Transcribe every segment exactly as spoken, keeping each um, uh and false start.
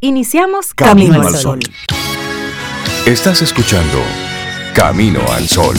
Iniciamos Camino, Camino al al Sol. Sol. Estás escuchando Camino al Sol.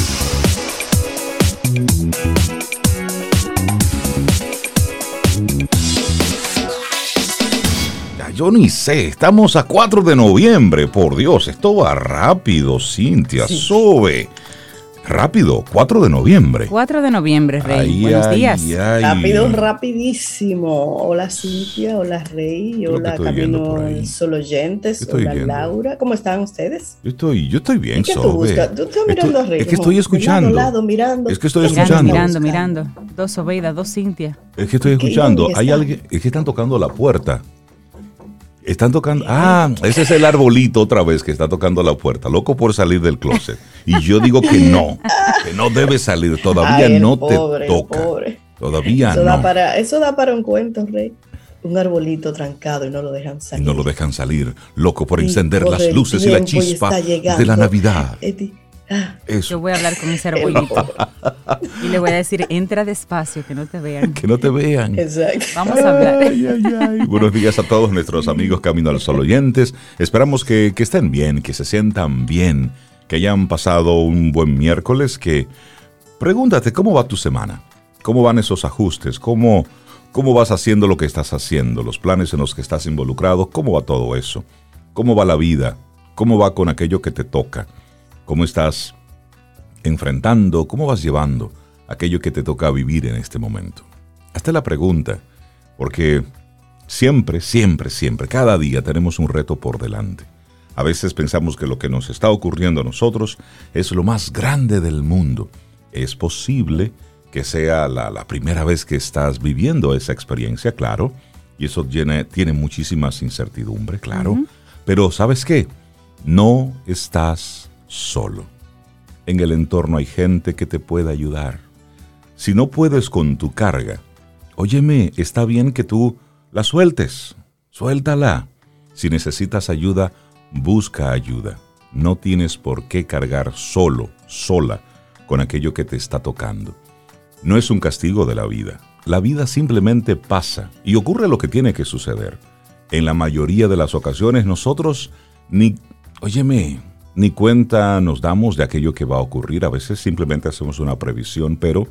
Ya, yo ni sé, estamos a cuatro de noviembre, por Dios, esto va rápido, Cintia, Sí. sube. Rápido, cuatro de noviembre. cuatro de noviembre, Rey. Ay, Buenos ay, días. ay. Rápido, rapidísimo. Hola Cintia, hola Rey, Creo que hola estoy viendo por Camino ahí. Sol oyentes, ¿Qué estoy hola viendo? Laura. ¿Cómo están ustedes? Yo estoy, yo estoy bien, ¿Y qué tú Sobe. buscas? Tú estás mirando Estoy- a Rey. es que como estoy escuchando. De lado, a lado, mirando. Es que estoy ¿Qué Mirando, escuchando. mirando, buscando? mirando. Dos Sobeida, dos Cintia. Es que estoy ¿Qué? escuchando. ¿Dónde Hay está? alguien, es que están tocando la puerta. Están tocando. Ah, ese es el arbolito otra vez que está tocando la puerta. Loco por salir del closet. Y yo digo que no, que no debe salir. Todavía Ay, el no pobre, te el toca. pobre. Todavía Eso, da no. para, eso da para un cuento, Rey. Un arbolito trancado y no lo dejan Y salir. no lo dejan salir. Loco por Y encender corre las el luces y la tiempo y chispa está llegando. de la Navidad. Eti- ah, Yo Eso. voy a hablar con ese arbolito. Y le voy a decir, entra despacio, que no te vean. Que no te vean. exacto. Vamos a hablar. Ay, ay, ay. Buenos días a todos nuestros amigos Camino al Sol oyentes. Esperamos que, que estén bien, que se sientan bien, que hayan pasado un buen miércoles, que pregúntate cómo va tu semana, cómo van esos ajustes, cómo, cómo vas haciendo lo que estás haciendo, los planes en los que estás involucrado, cómo va todo eso, cómo va la vida, cómo va con aquello que te toca, cómo estás enfrentando, cómo vas llevando aquello que te toca vivir en este momento. Hazte la pregunta, porque siempre, siempre, siempre, cada día tenemos un reto por delante. A veces pensamos que lo que nos está ocurriendo a nosotros es lo más grande del mundo. Es posible que sea la, la primera vez que estás viviendo esa experiencia, claro, y eso tiene, tiene muchísimas incertidumbres, claro. Ujú. Pero ¿sabes qué? No estás solo. En el entorno hay gente que te puede ayudar. Si no puedes con tu carga, óyeme, está bien que tú la sueltes, suéltala. Si necesitas ayuda, busca ayuda. No tienes por qué cargar solo, sola, con aquello que te está tocando. No es un castigo de la vida. La vida simplemente pasa y ocurre lo que tiene que suceder. En la mayoría de las ocasiones nosotros ni, óyeme, ni cuenta nos damos de aquello que va a ocurrir. A veces simplemente hacemos una previsión, pero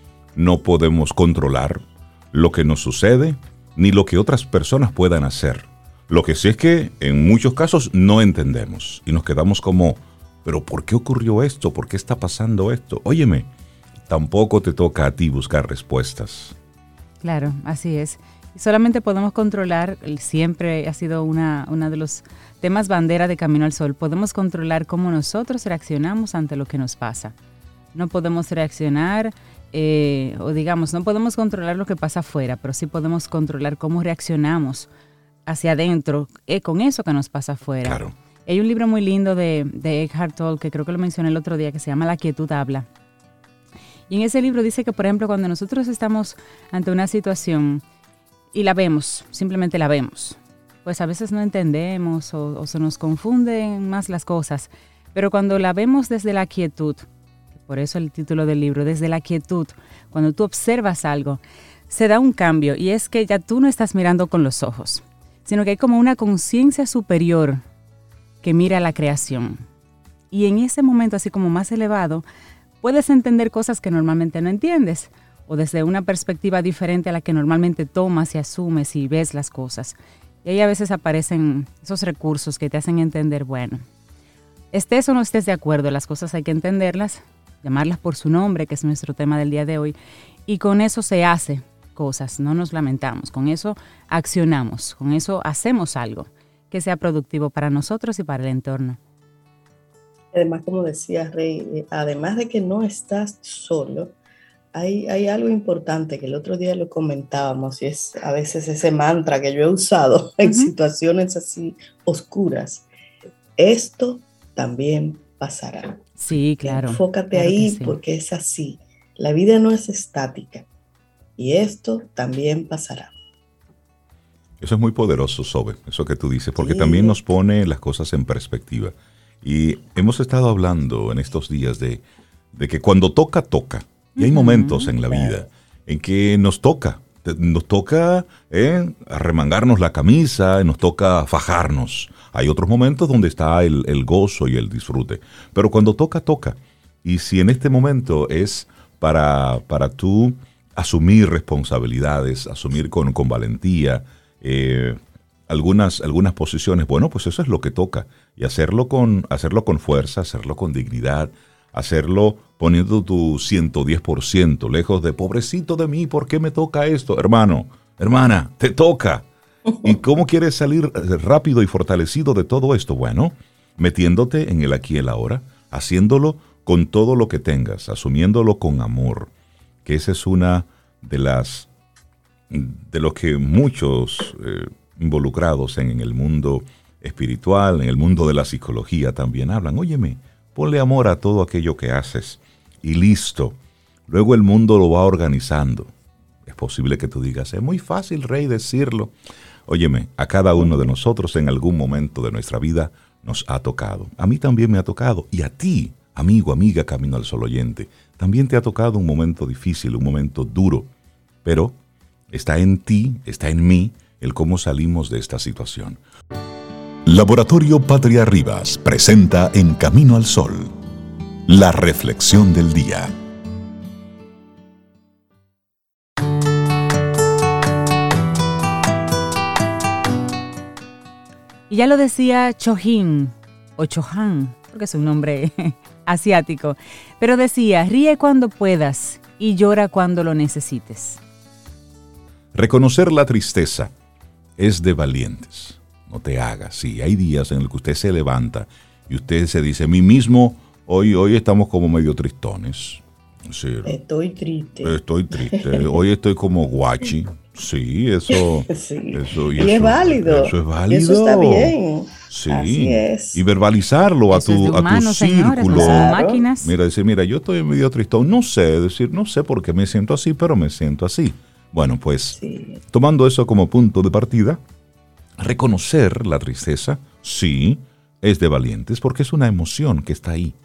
no podemos controlar lo que nos sucede ni lo que otras personas puedan hacer. Lo que sí es que en muchos casos no entendemos y nos quedamos como, ¿pero por qué ocurrió esto? ¿Por qué está pasando esto? Óyeme, tampoco te toca a ti buscar respuestas. Claro, así es. Y solamente podemos controlar, siempre ha sido una, una de los temas bandera de Camino al Sol, podemos controlar cómo nosotros reaccionamos ante lo que nos pasa. No podemos reaccionar, eh, o digamos, no podemos controlar lo que pasa afuera, pero sí podemos controlar cómo reaccionamos hacia adentro eh, con eso que nos pasa afuera. Claro. Hay un libro muy lindo de, de Eckhart Tolle, que creo que lo mencioné el otro día, que se llama La quietud habla. Y en ese libro dice que, por ejemplo, cuando nosotros estamos ante una situación y la vemos, simplemente la vemos, pues a veces no entendemos o, o se nos confunden más las cosas. Pero cuando la vemos desde la quietud, por eso el título del libro, desde la quietud, cuando tú observas algo, se da un cambio y es que ya tú no estás mirando con los ojos, sino que hay como una conciencia superior que mira la creación. Y en ese momento, así como más elevado, puedes entender cosas que normalmente no entiendes, o desde una perspectiva diferente a la que normalmente tomas y asumes y ves las cosas. Y ahí a veces aparecen esos recursos que te hacen entender, bueno, estés o no estés de acuerdo, las cosas hay que entenderlas, llamarlas por su nombre, que es nuestro tema del día de hoy, y con eso se hace cosas, no nos lamentamos, con eso accionamos, con eso hacemos algo que sea productivo para nosotros y para el entorno. Además, como decía Rey, además de que no estás solo, hay, hay algo importante que el otro día lo comentábamos y es a veces ese mantra que yo he usado en Uh-huh. situaciones así oscuras. Esto también pasará. Sí, claro. Enfócate claro ahí que sí. porque es así. La vida no es estática y esto también pasará. Eso es muy poderoso, Sobe, eso que tú dices, porque Sí. también nos pone las cosas en perspectiva. Y hemos estado hablando en estos días de, de que cuando toca, toca. Y hay Ujú. momentos en la Claro. vida en que nos toca Nos toca eh, arremangarnos la camisa, nos toca fajarnos. Hay otros momentos donde está el, el gozo y el disfrute. Pero cuando toca, toca. Y si en este momento es para, para tú asumir responsabilidades, asumir con, con valentía eh, algunas, algunas posiciones, bueno, pues eso es lo que toca. Y hacerlo con, hacerlo con fuerza, hacerlo con dignidad, hacerlo poniendo tu ciento diez por ciento, lejos de pobrecito de mí, ¿por qué me toca esto? Hermano, hermana, te toca. ¿Y cómo quieres salir rápido y fortalecido de todo esto? Bueno, metiéndote en el aquí y el ahora, haciéndolo con todo lo que tengas, asumiéndolo con amor, que esa es una de las, de lo que muchos eh, involucrados en, en el mundo espiritual, en el mundo de la psicología también hablan. Óyeme, ponle amor a todo aquello que haces y listo. Luego el mundo lo va organizando. Es posible que tú digas, es muy fácil, Rey, decirlo. Óyeme, a cada uno de nosotros en algún momento de nuestra vida nos ha tocado. A mí también me ha tocado. Y a ti, amigo, amiga, Camino al Sol oyente, también te ha tocado un momento difícil, un momento duro. Pero está en ti, está en mí, el cómo salimos de esta situación. Laboratorio Patria Rivas presenta En Camino al Sol, la reflexión del día. Y ya lo decía Chohin, o Chohan, porque es un nombre asiático, pero decía, ríe cuando puedas y llora cuando lo necesites. Reconocer la tristeza es de valientes. No te hagas. Sí, hay días en los que usted se levanta y usted se dice, a mí mismo, hoy, hoy estamos como medio tristones. Sí, estoy triste. Estoy triste. Hoy estoy como guachi. Sí, eso. Sí. eso y eso, es válido. Eso es válido. Eso está bien. Sí. Así es. Y verbalizarlo a Eso tu, es de a humanos, tu señores, círculo. no son Claro. máquinas. Mira, decir, mira, yo estoy medio tristón. No sé, decir, no sé por qué me siento así, pero me siento así. Bueno, pues, Sí. tomando eso como punto de partida, reconocer la tristeza, sí, es de valientes porque es una emoción que está ahí.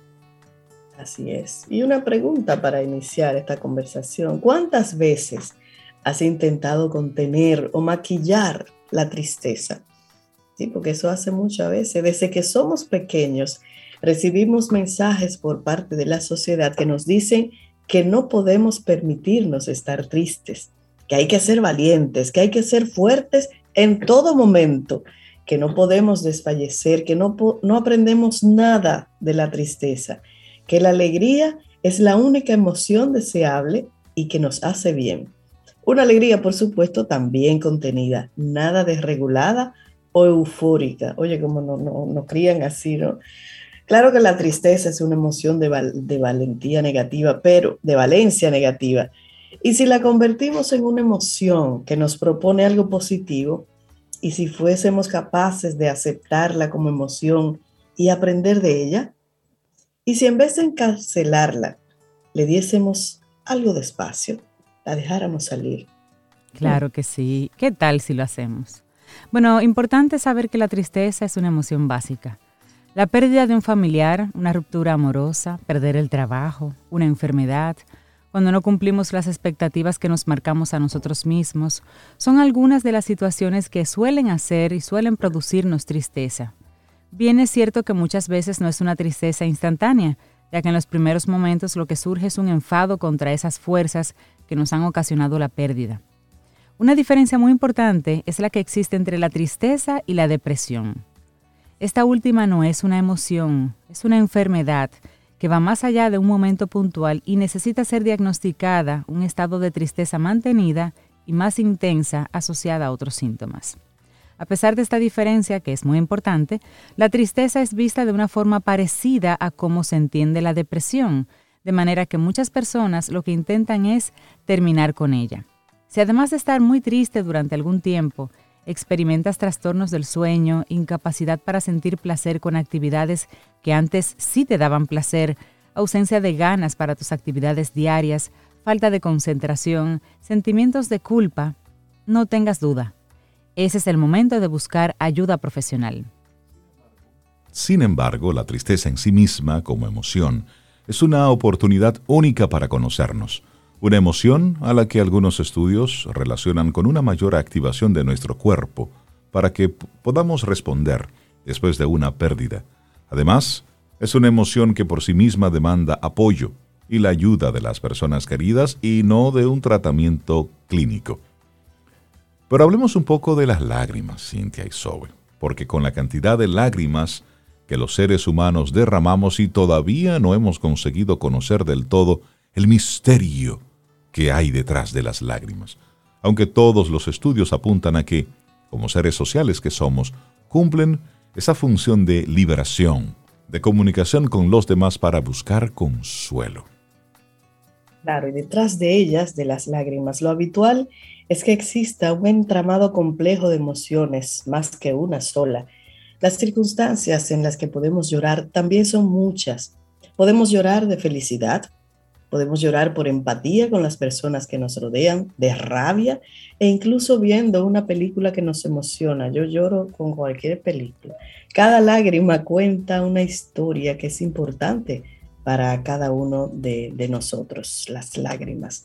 Así es. Y una pregunta para iniciar esta conversación. ¿Cuántas veces has intentado contener o maquillar la tristeza? Sí, porque eso hace muchas veces. Desde que somos pequeños, recibimos mensajes por parte de la sociedad que nos dicen que no podemos permitirnos estar tristes, que hay que ser valientes, que hay que ser fuertes en todo momento, que no podemos desfallecer, que no, no aprendemos nada de la tristeza, que la alegría es la única emoción deseable y que nos hace bien. Una alegría, por supuesto, también contenida, nada desregulada o eufórica. Oye, como nos no, no crían así, ¿no? Claro que la tristeza es una emoción de, val, de valentía negativa, pero de valencia negativa. Y si la convertimos en una emoción que nos propone algo positivo, y si fuésemos capaces de aceptarla como emoción y aprender de ella, y si en vez de encarcelarla, le diésemos algo de espacio, la dejáramos salir. Claro que sí. ¿Qué tal si lo hacemos? Bueno, importante saber que la tristeza es una emoción básica. La pérdida de un familiar, una ruptura amorosa, perder el trabajo, una enfermedad, cuando no cumplimos las expectativas que nos marcamos a nosotros mismos, son algunas de las situaciones que suelen hacer y suelen producirnos tristeza. Bien es cierto que muchas veces no es una tristeza instantánea, ya que en los primeros momentos lo que surge es un enfado contra esas fuerzas que nos han ocasionado la pérdida. Una diferencia muy importante es la que existe entre la tristeza y la depresión. Esta última no es una emoción, es una enfermedad que va más allá de un momento puntual y necesita ser diagnosticada, un estado de tristeza mantenida y más intensa asociada a otros síntomas. A pesar de esta diferencia, que es muy importante, la tristeza es vista de una forma parecida a cómo se entiende la depresión, de manera que muchas personas lo que intentan es terminar con ella. Si además de estar muy triste durante algún tiempo, experimentas trastornos del sueño, incapacidad para sentir placer con actividades que antes sí te daban placer, ausencia de ganas para tus actividades diarias, falta de concentración, sentimientos de culpa, no tengas duda. Ese es el momento de buscar ayuda profesional. Sin embargo, la tristeza en sí misma, como emoción, es una oportunidad única para conocernos, una emoción a la que algunos estudios relacionan con una mayor activación de nuestro cuerpo para que p- podamos responder después de una pérdida. Además, es una emoción que por sí misma demanda apoyo y la ayuda de las personas queridas y no de un tratamiento clínico. Pero hablemos un poco de las lágrimas, Cintia y Zoe, porque con la cantidad de lágrimas que los seres humanos derramamos y todavía no hemos conseguido conocer del todo el misterio que hay detrás de las lágrimas, aunque todos los estudios apuntan a que, como seres sociales que somos, cumplen esa función de liberación, de comunicación con los demás para buscar consuelo. Claro, y detrás de ellas, de las lágrimas, lo habitual es que exista un entramado complejo de emociones, más que una sola. Las circunstancias en las que podemos llorar también son muchas. Podemos llorar de felicidad, podemos llorar por empatía con las personas que nos rodean, de rabia e incluso viendo una película que nos emociona. Yo lloro con cualquier película. Cada lágrima cuenta una historia que es importante para cada uno de, de nosotros, las lágrimas.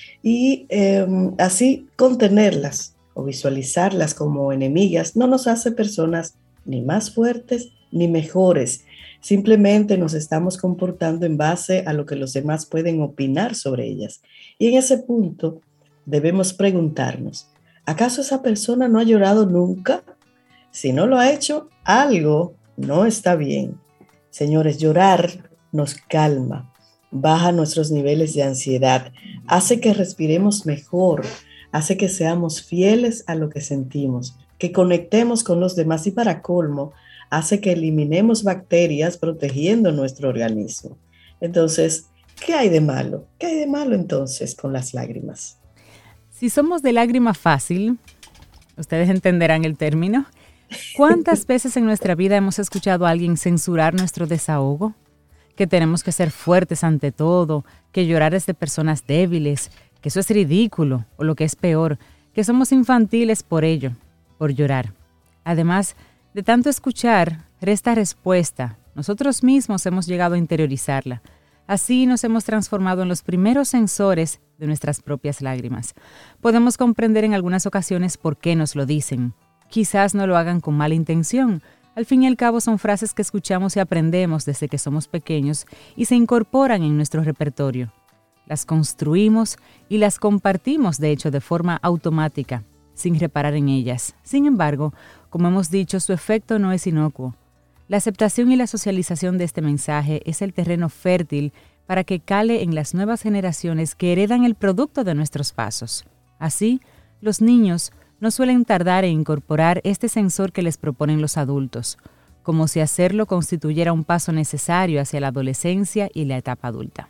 Y eh, así contenerlas o visualizarlas como enemigas no nos hace personas ni más fuertes ni mejores. Simplemente nos estamos comportando en base a lo que los demás pueden opinar sobre ellas. Y en ese punto debemos preguntarnos, ¿acaso esa persona no ha llorado nunca? Si no lo ha hecho, algo no está bien. Señores, llorar nos calma, baja nuestros niveles de ansiedad, hace que respiremos mejor, hace que seamos fieles a lo que sentimos, que conectemos con los demás y para colmo, hace que eliminemos bacterias protegiendo nuestro organismo. Entonces, ¿qué hay de malo? ¿Qué hay de malo entonces con las lágrimas? Si somos de lágrima fácil, ustedes entenderán el término. ¿Cuántas veces en nuestra vida hemos escuchado a alguien censurar nuestro desahogo? Que tenemos que ser fuertes ante todo, que llorar es de personas débiles, que eso es ridículo, o lo que es peor, que somos infantiles por ello, por llorar. Además, de tanto escuchar, resta respuesta. Nosotros mismos hemos llegado a interiorizarla. Así nos hemos transformado en los primeros sensores de nuestras propias lágrimas. Podemos comprender en algunas ocasiones por qué nos lo dicen. Quizás no lo hagan con mala intención. Al fin y al cabo son frases que escuchamos y aprendemos desde que somos pequeños y se incorporan en nuestro repertorio. Las construimos y las compartimos, de hecho, de forma automática, sin reparar en ellas. Sin embargo, como hemos dicho, su efecto no es inocuo. La aceptación y la socialización de este mensaje es el terreno fértil para que cale en las nuevas generaciones que heredan el producto de nuestros pasos. Así, los niños no suelen tardar en incorporar este sensor que les proponen los adultos, como si hacerlo constituyera un paso necesario hacia la adolescencia y la etapa adulta.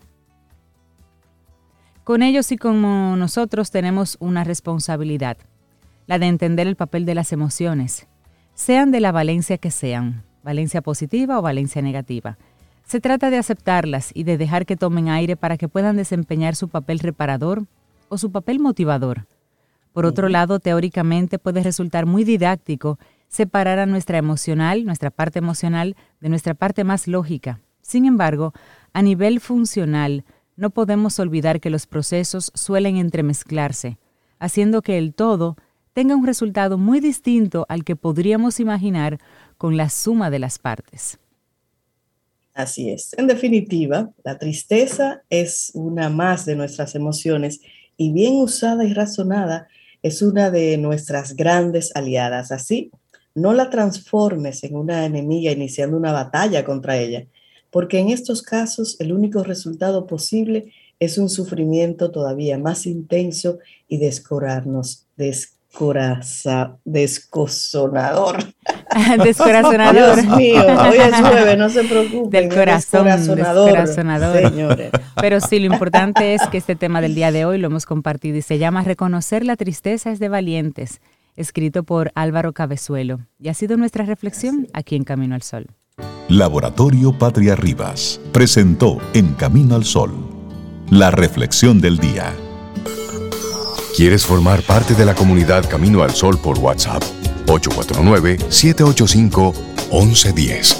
Con ellos y como nosotros tenemos una responsabilidad, la de entender el papel de las emociones, sean de la valencia que sean, valencia positiva o valencia negativa. Se trata de aceptarlas y de dejar que tomen aire para que puedan desempeñar su papel reparador o su papel motivador. Por otro lado, teóricamente puede resultar muy didáctico separar a nuestra emocional, nuestra parte emocional, de nuestra parte más lógica. Sin embargo, a nivel funcional, no podemos olvidar que los procesos suelen entremezclarse, haciendo que el todo tenga un resultado muy distinto al que podríamos imaginar con la suma de las partes. Así es. En definitiva, la tristeza es una más de nuestras emociones y bien usada y razonada es una de nuestras grandes aliadas. Así, no la transformes en una enemiga iniciando una batalla contra ella, porque en estos casos el único resultado posible es un sufrimiento todavía más intenso y descorarnos, descoraza, descosonador. Descorazonador. Dios mío, hoy es jueves, no se preocupen. Del corazón, descorazonador. Señores. Pero sí, lo importante es que este tema del día de hoy lo hemos compartido y se llama Reconocer la tristeza es de valientes, escrito por Álvaro Cabezuelo. Y ha sido nuestra reflexión aquí en Camino al Sol. Laboratorio Patria Rivas presentó En Camino al Sol, la reflexión del día. ¿Quieres formar parte de la comunidad Camino al Sol por WhatsApp? ocho cuatro nueve, siete ocho cinco, once uno cero.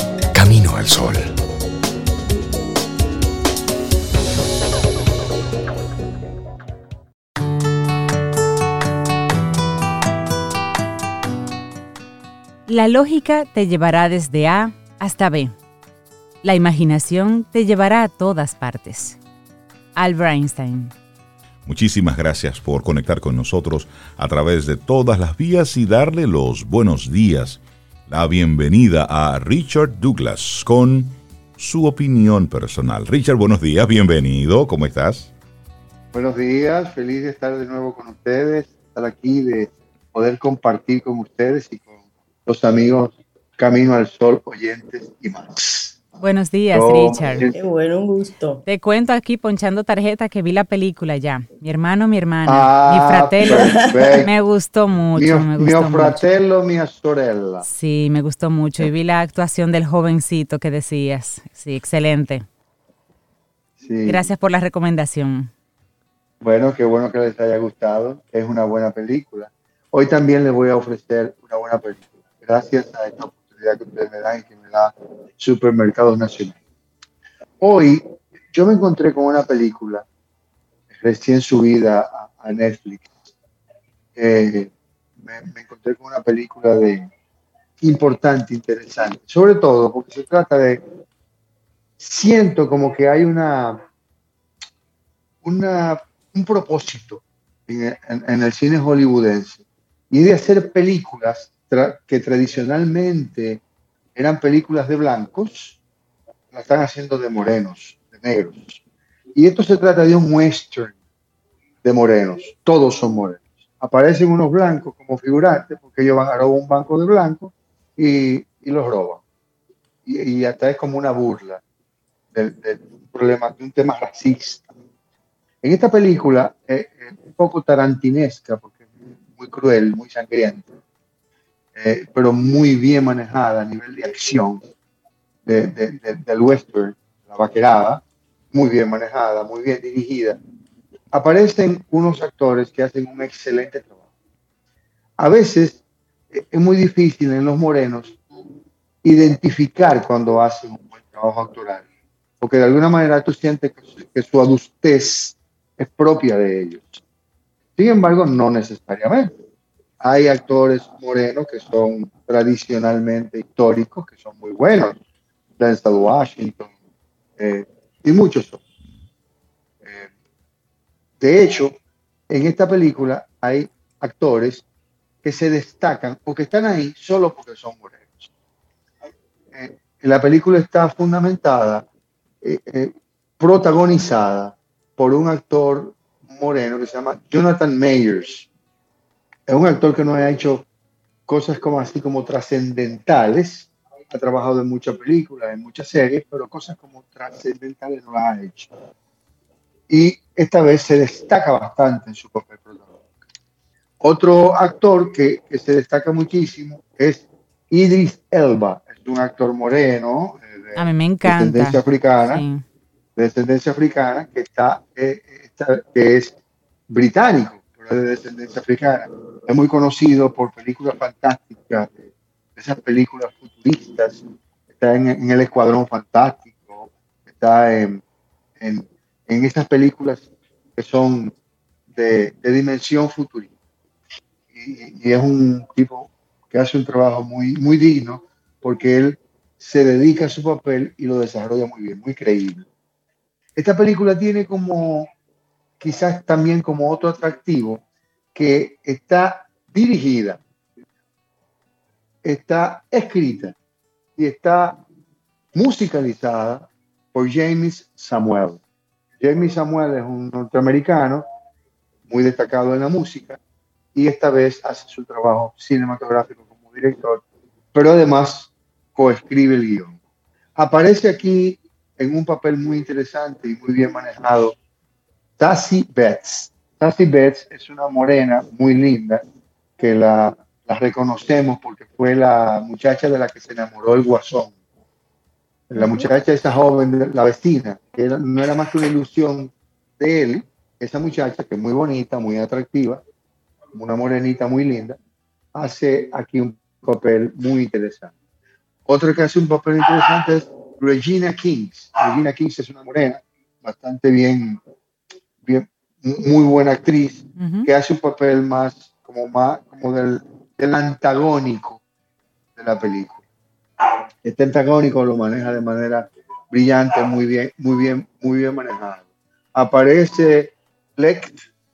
Camino al Sol. La lógica te llevará desde A hasta B. La imaginación te llevará a todas partes. Albert Einstein. Muchísimas gracias por conectar con nosotros a través de todas las vías y darle los buenos días, la bienvenida a Richard Douglas con su opinión personal. Richard, buenos días, bienvenido, ¿cómo estás? Buenos días, feliz de estar de nuevo con ustedes, estar aquí, de poder compartir con ustedes y con los amigos Camino al Sol, oyentes y más. Buenos días, Yo, Richard. Qué bueno, un gusto. Te cuento aquí, ponchando tarjeta, que vi la película ya. Mi hermano, mi hermana, Ah, mi fratello. perfecto. Me gustó mucho, Mio, me mio gustó fratello, mucho. mia sorella. Sí, me gustó mucho. Y vi la actuación del jovencito que decías. Sí, excelente. Sí. Gracias por la recomendación. Bueno, qué bueno que les haya gustado. Es una buena película. Hoy también les voy a ofrecer una buena película. Gracias a esta oportunidad que ustedes me dan y que me da Supermercados Nacional. Hoy yo me encontré con una película recién subida a, a Netflix. Eh, me, me encontré con una película de importante, interesante. Sobre todo porque se trata de... Siento como que hay una... una un propósito en, en, en el cine hollywoodense y de hacer películas tra que tradicionalmente eran películas de blancos, la están haciendo de morenos, de negros. Y esto se trata de un western de morenos, todos son morenos. Aparecen unos blancos como figurantes porque ellos van a robar un banco de blancos y, y los roban. Y, y hasta es como una burla del, del problema, de un tema racista. En esta película, eh, eh, un poco tarantinesca, porque es muy cruel, muy sangrienta, eh, pero muy bien manejada a nivel de acción de, de, de, del western, la vaquerada, muy bien manejada, muy bien dirigida, aparecen unos actores que hacen un excelente trabajo. A veces eh, es muy difícil en los morenos identificar cuando hacen un buen trabajo actoral, porque de alguna manera tú sientes que, que su adustez es propia de ellos. Sin embargo, no necesariamente. Hay actores morenos que son tradicionalmente históricos, que son muy buenos. Denzel Washington eh, y muchos otros. Eh, de hecho, en esta película hay actores que se destacan o que están ahí solo porque son morenos. Eh, la película está fundamentada, eh, eh, protagonizada por un actor moreno que se llama Jonathan Mayers. Es un actor que no ha hecho cosas como así como trascendentales. Ha trabajado en muchas películas, en muchas series, pero cosas como trascendentales no las ha hecho. Y esta vez se destaca bastante en su papel protagónico. Otro actor que, que se destaca muchísimo es Idris Elba. Es un actor moreno, de, A mí me encanta. de descendencia africana. Sí. de descendencia africana, que, está, eh, está, que es británico, pero es de descendencia africana. Es muy conocido por películas fantásticas, esas películas futuristas. Está en, en El Escuadrón Fantástico, está en, en, en esas películas que son de, de dimensión futurista. Y, y es un tipo que hace un trabajo muy, muy digno porque él se dedica a su papel y lo desarrolla muy bien, muy creíble. Esta película tiene como, quizás también como otro atractivo, que está dirigida, está escrita y está musicalizada por James Samuel. James Samuel es un norteamericano muy destacado en la música y esta vez hace su trabajo cinematográfico como director, pero además coescribe el guión. Aparece aquí en un papel muy interesante y muy bien manejado, Tassie Betts. Tassie Betts es una morena muy linda que la, la reconocemos porque fue la muchacha de la que se enamoró el Guasón. La muchacha, esa joven, la vecina, que era, no era más que una ilusión de él, esa muchacha que es muy bonita, muy atractiva, una morenita muy linda, hace aquí un papel muy interesante. Otra que hace un papel interesante es Regina Kings. Regina Kings es una morena bastante bien, bien muy buena actriz, uh-huh. que hace un papel más como, más, como del, del antagónico de la película. Este antagónico lo maneja de manera brillante, muy bien, muy bien, muy bien manejado. Aparece Lake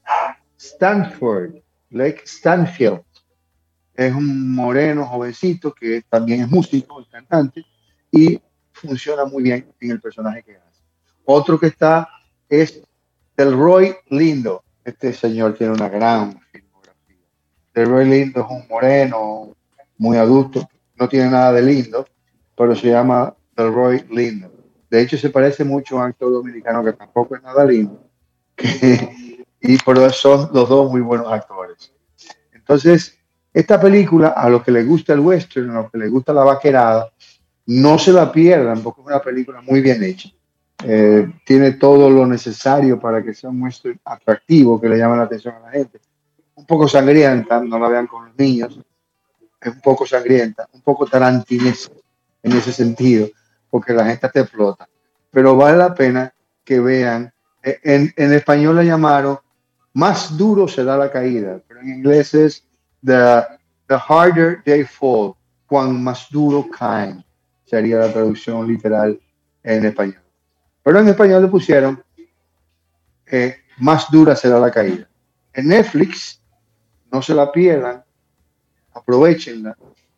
Stanford, Lake Stanfield. Es un moreno jovencito que también es músico, es cantante, y funciona muy bien en el personaje que hace. Otro que está es Delroy Lindo. Este señor tiene una gran filmografía. Delroy Lindo es un moreno muy adulto, no tiene nada de lindo, pero se llama Delroy Lindo. De hecho, se parece mucho a un actor dominicano que tampoco es nada lindo, que, y pero son los dos muy buenos actores. Entonces, esta película, a los que les gusta el western, a los que les gusta la vaquerada, no se la pierdan, porque es una película muy bien hecha. Eh, tiene todo lo necesario para que sea un western atractivo, que le llame la atención a la gente. Un poco sangrienta, no la vean con los niños, es un poco sangrienta, un poco tarantinesca en ese sentido, porque la gente te explota. Pero vale la pena que vean. En, en español la llamaron Más duro será la caída, pero en inglés es The, the Harder They Fall, cuán más duro caen, sería la traducción literal en español. Pero en español le pusieron eh, Más dura será la caída. En Netflix, no se la pierdan, aprovechenla,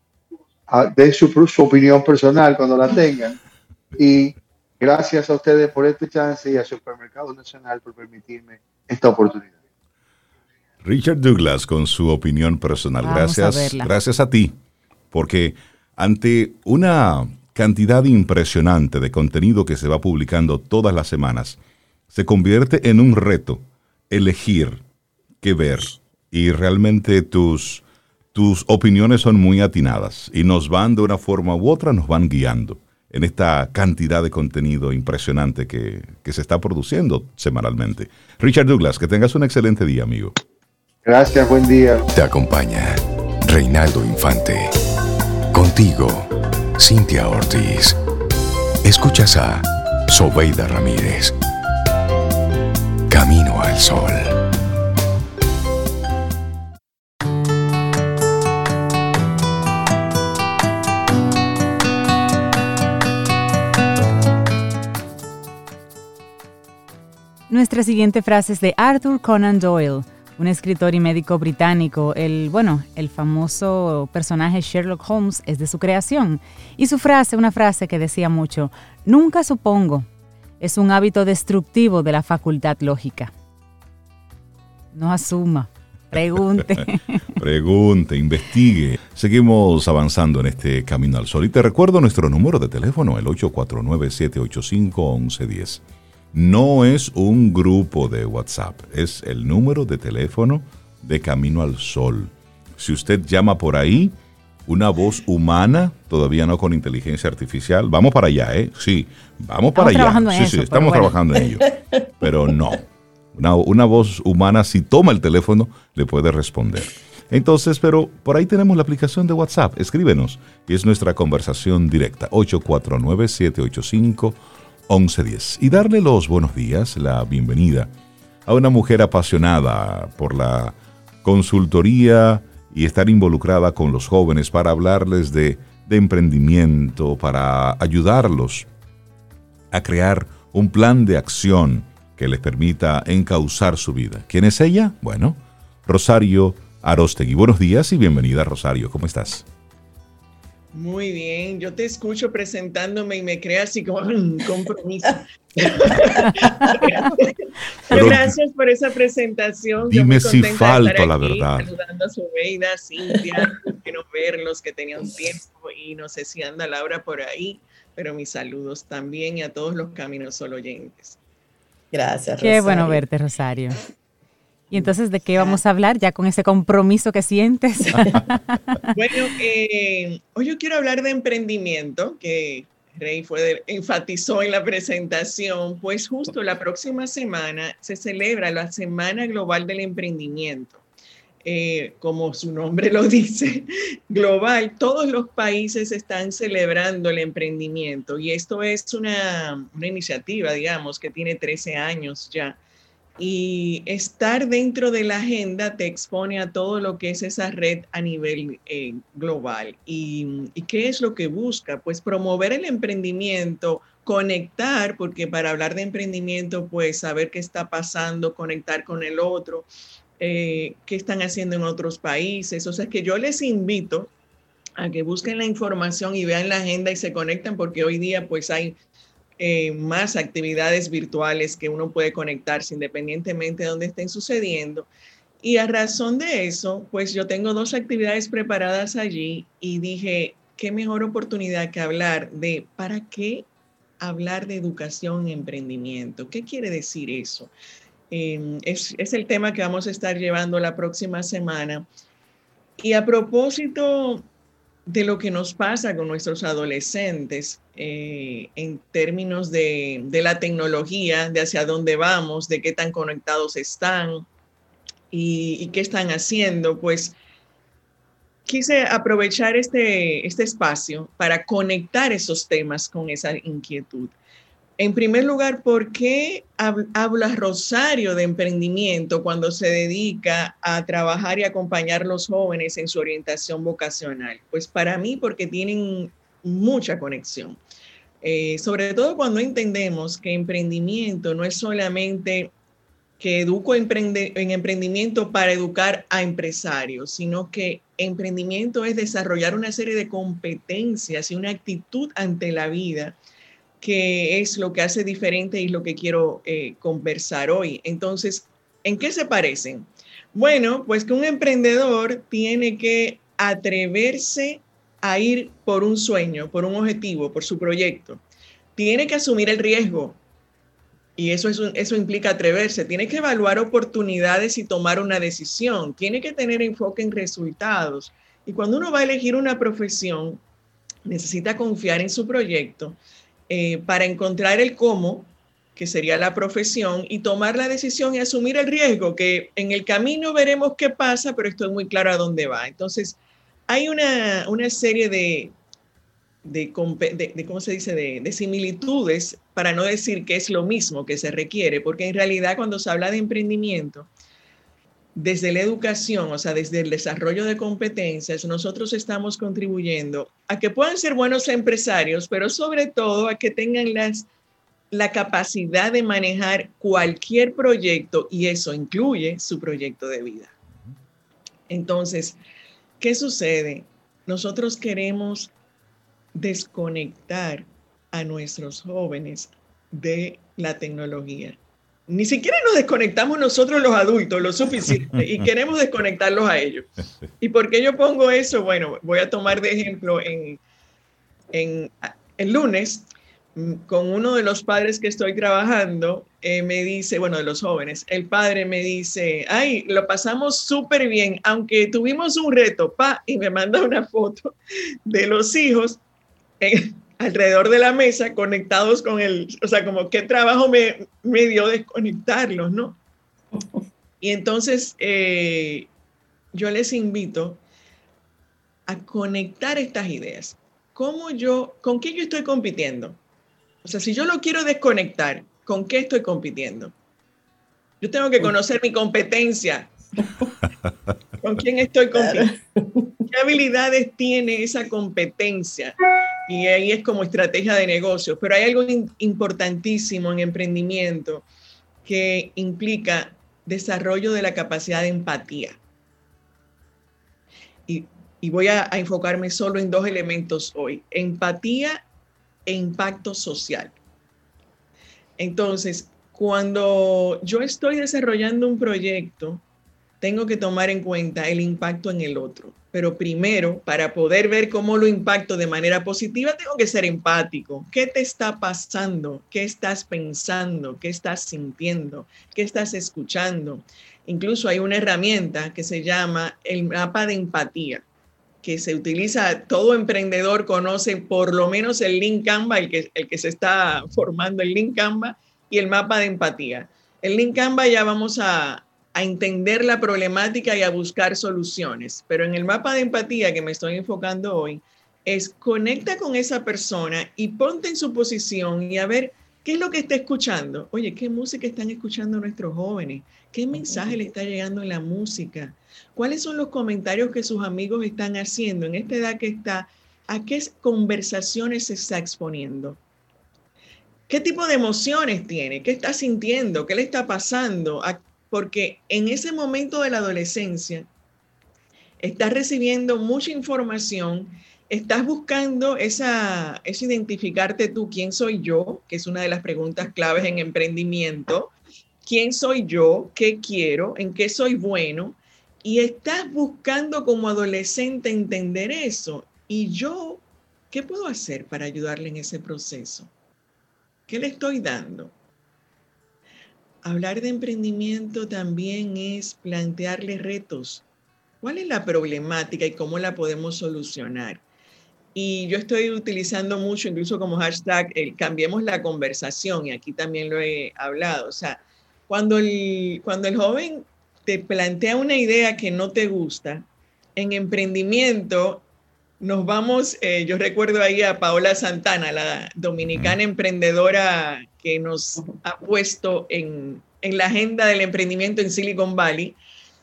den su, su opinión personal cuando la tengan, y gracias a ustedes por este chance y a Supermercado Nacional por permitirme esta oportunidad. Richard Douglas con su opinión personal. Vamos Gracias, a gracias a ti, porque ante una cantidad impresionante de contenido que se va publicando todas las semanas, se convierte en un reto elegir qué ver, y realmente tus, tus opiniones son muy atinadas y nos van de una forma u otra, nos van guiando en esta cantidad de contenido impresionante que, que se está produciendo semanalmente. Richard Douglas, que tengas un excelente día, amigo. Gracias, buen día. Te acompaña Reinaldo Infante. Contigo, Cintia Ortiz. Escuchas a Sobeida Ramírez. Camino al Sol. Nuestra siguiente frase es de Arthur Conan Doyle, un escritor y médico británico. El, bueno, el famoso personaje Sherlock Holmes es de su creación. Y su frase, una frase que decía mucho: nunca supongo, es un hábito destructivo de la facultad lógica. No asuma, pregunte. Pregunte, investigue. Seguimos avanzando en este Camino al Sol. Y te recuerdo nuestro número de teléfono, el ocho cuatro nueve, siete ocho cinco, once diez. No es un grupo de WhatsApp, es el número de teléfono de Camino al Sol. Si usted llama por ahí, una voz humana, todavía no con inteligencia artificial, vamos para allá, ¿eh? Sí, vamos para estamos allá. Trabajando en sí, eso, sí, estamos bueno. trabajando en ello. Pero no, una, una voz humana, si toma el teléfono, le puede responder. Entonces, pero por ahí tenemos la aplicación de WhatsApp, escríbenos, y es nuestra conversación directa, ocho cuatro nueve, siete ocho cinco, once diez. Y darle los buenos días, la bienvenida a una mujer apasionada por la consultoría y estar involucrada con los jóvenes para hablarles de, de emprendimiento, para ayudarlos a crear un plan de acción que les permita encauzar su vida. ¿Quién es ella? Bueno, Rosario Aróstegui. Buenos días y bienvenida, Rosario. ¿Cómo estás? Muy bien, yo te escucho presentándome y me crea así como un compromiso. Pero gracias por esa presentación. Dime yo muy si falto, la verdad. Saludando a Sobeida, a Cintia, que no verlos, que tenían tiempo, y no sé si anda Laura por ahí, pero mis saludos también y a todos los Caminos Sol oyentes. Gracias, Qué Rosario. bueno verte, Rosario. Y entonces, ¿de qué vamos a hablar ya con ese compromiso que sientes? Bueno, eh, hoy yo quiero hablar de emprendimiento, que Rey fue de, enfatizó en la presentación, pues justo la próxima semana se celebra la Semana Global del Emprendimiento. Eh, como su nombre lo dice, global, todos los países están celebrando el emprendimiento, y esto es una, una iniciativa, digamos, que tiene trece años ya, y estar dentro de la agenda te expone a todo lo que es esa red a nivel eh, global. Y, ¿Y qué es lo que busca? Pues promover el emprendimiento, conectar, porque para hablar de emprendimiento, pues saber qué está pasando, conectar con el otro, eh, qué están haciendo en otros países. O sea, que yo les invito a que busquen la información y vean la agenda y se conecten, porque hoy día pues hay Eh, más actividades virtuales que uno puede conectarse independientemente de dónde estén sucediendo. Y a razón de eso, pues yo tengo dos actividades preparadas allí y dije, qué mejor oportunidad que hablar de para qué hablar de educación y emprendimiento. ¿Qué quiere decir eso? Eh, es, es el tema que vamos a estar llevando la próxima semana. Y a propósito de lo que nos pasa con nuestros adolescentes eh, en términos de, de la tecnología, de hacia dónde vamos, de qué tan conectados están y, y qué están haciendo, pues quise aprovechar este, este espacio para conectar esos temas con esa inquietud. En primer lugar, ¿por qué habla Rosario de emprendimiento cuando se dedica a trabajar y acompañar a los jóvenes en su orientación vocacional? Pues para mí, porque tienen mucha conexión. Eh, sobre todo cuando entendemos que emprendimiento no es solamente que educo emprende, en emprendimiento para educar a empresarios, sino que emprendimiento es desarrollar una serie de competencias y una actitud ante la vida que es lo que hace diferente y lo que quiero eh, conversar hoy. Entonces, ¿en qué se parecen? Bueno, pues que un emprendedor tiene que atreverse a ir por un sueño, por un objetivo, por su proyecto. Tiene que asumir el riesgo y eso, es un, eso implica atreverse. Tiene que evaluar oportunidades y tomar una decisión. Tiene que tener enfoque en resultados. Y cuando uno va a elegir una profesión, necesita confiar en su proyecto Eh, para encontrar el cómo, que sería la profesión, y tomar la decisión y asumir el riesgo, que en el camino veremos qué pasa, pero estoy muy claro a dónde va. Entonces, hay una, una serie de, de, de, de, ¿cómo se dice?, de, de similitudes, para no decir que es lo mismo que se requiere, porque en realidad cuando se habla de emprendimiento, desde la educación, o sea, desde el desarrollo de competencias, nosotros estamos contribuyendo a que puedan ser buenos empresarios, pero sobre todo a que tengan las, la capacidad de manejar cualquier proyecto, y eso incluye su proyecto de vida. Entonces, ¿qué sucede? Nosotros queremos desconectar a nuestros jóvenes de la tecnología. Ni siquiera nos desconectamos nosotros los adultos lo suficiente y queremos desconectarlos a ellos. ¿Y por qué yo pongo eso? Bueno, voy a tomar de ejemplo en, en el lunes con uno de los padres que estoy trabajando, eh, me dice, bueno, de los jóvenes, el padre me dice, ay, lo pasamos súper bien, aunque tuvimos un reto, pa, y me manda una foto de los hijos eh, alrededor de la mesa conectados con el, o sea, como qué trabajo me, me dio desconectarlos, ¿no? Y entonces eh, yo les invito a conectar estas ideas. ¿Cómo yo, con qué yo estoy compitiendo? O sea, si yo lo quiero desconectar, ¿con qué estoy compitiendo? Yo tengo que conocer mi competencia. ¿Con quién estoy compitiendo? ¿Qué habilidades tiene esa competencia? Y ahí es como estrategia de negocio. Pero hay algo importantísimo en emprendimiento que implica desarrollo de la capacidad de empatía. Y, y voy a, a enfocarme solo en dos elementos hoy: empatía e impacto social. Entonces, cuando yo estoy desarrollando un proyecto, tengo que tomar en cuenta el impacto en el otro. Pero primero, para poder ver cómo lo impacto de manera positiva, tengo que ser empático. ¿Qué te está pasando? ¿Qué estás pensando? ¿Qué estás sintiendo? ¿Qué estás escuchando? Incluso hay una herramienta que se llama el mapa de empatía, que se utiliza, todo emprendedor conoce por lo menos el Lean Canva, el que, el que se está formando el Lean Canva, y el mapa de empatía. El Lean Canva ya vamos a, a entender la problemática y a buscar soluciones, pero en el mapa de empatía que me estoy enfocando hoy, es conecta con esa persona y ponte en su posición y a ver ¿Qué es lo que está escuchando? Oye, ¿qué música están escuchando nuestros jóvenes? ¿Qué mensaje le está llegando en la música? ¿Cuáles son los comentarios que sus amigos están haciendo en esta edad que está? ¿A qué conversaciones se está exponiendo? ¿Qué tipo de emociones tiene? ¿Qué está sintiendo? ¿Qué le está pasando? Porque en ese momento de la adolescencia estás recibiendo mucha información, estás buscando esa, esa identificarte tú, ¿quién soy yo? Que es una de las preguntas claves en emprendimiento. ¿Quién soy yo? ¿Qué quiero? ¿En qué soy bueno? Y estás buscando como adolescente entender eso. ¿Y yo qué puedo hacer para ayudarle en ese proceso? ¿Qué le estoy dando? Hablar de emprendimiento también es plantearle retos. ¿Cuál es la problemática y cómo la podemos solucionar? Y yo estoy utilizando mucho, incluso como hashtag, el cambiemos la conversación, y aquí también lo he hablado. O sea, cuando el, cuando el joven te plantea una idea que no te gusta, en emprendimiento nos vamos, eh, yo recuerdo ahí a Paola Santana, la dominicana emprendedora que nos ha puesto en, en la agenda del emprendimiento en Silicon Valley.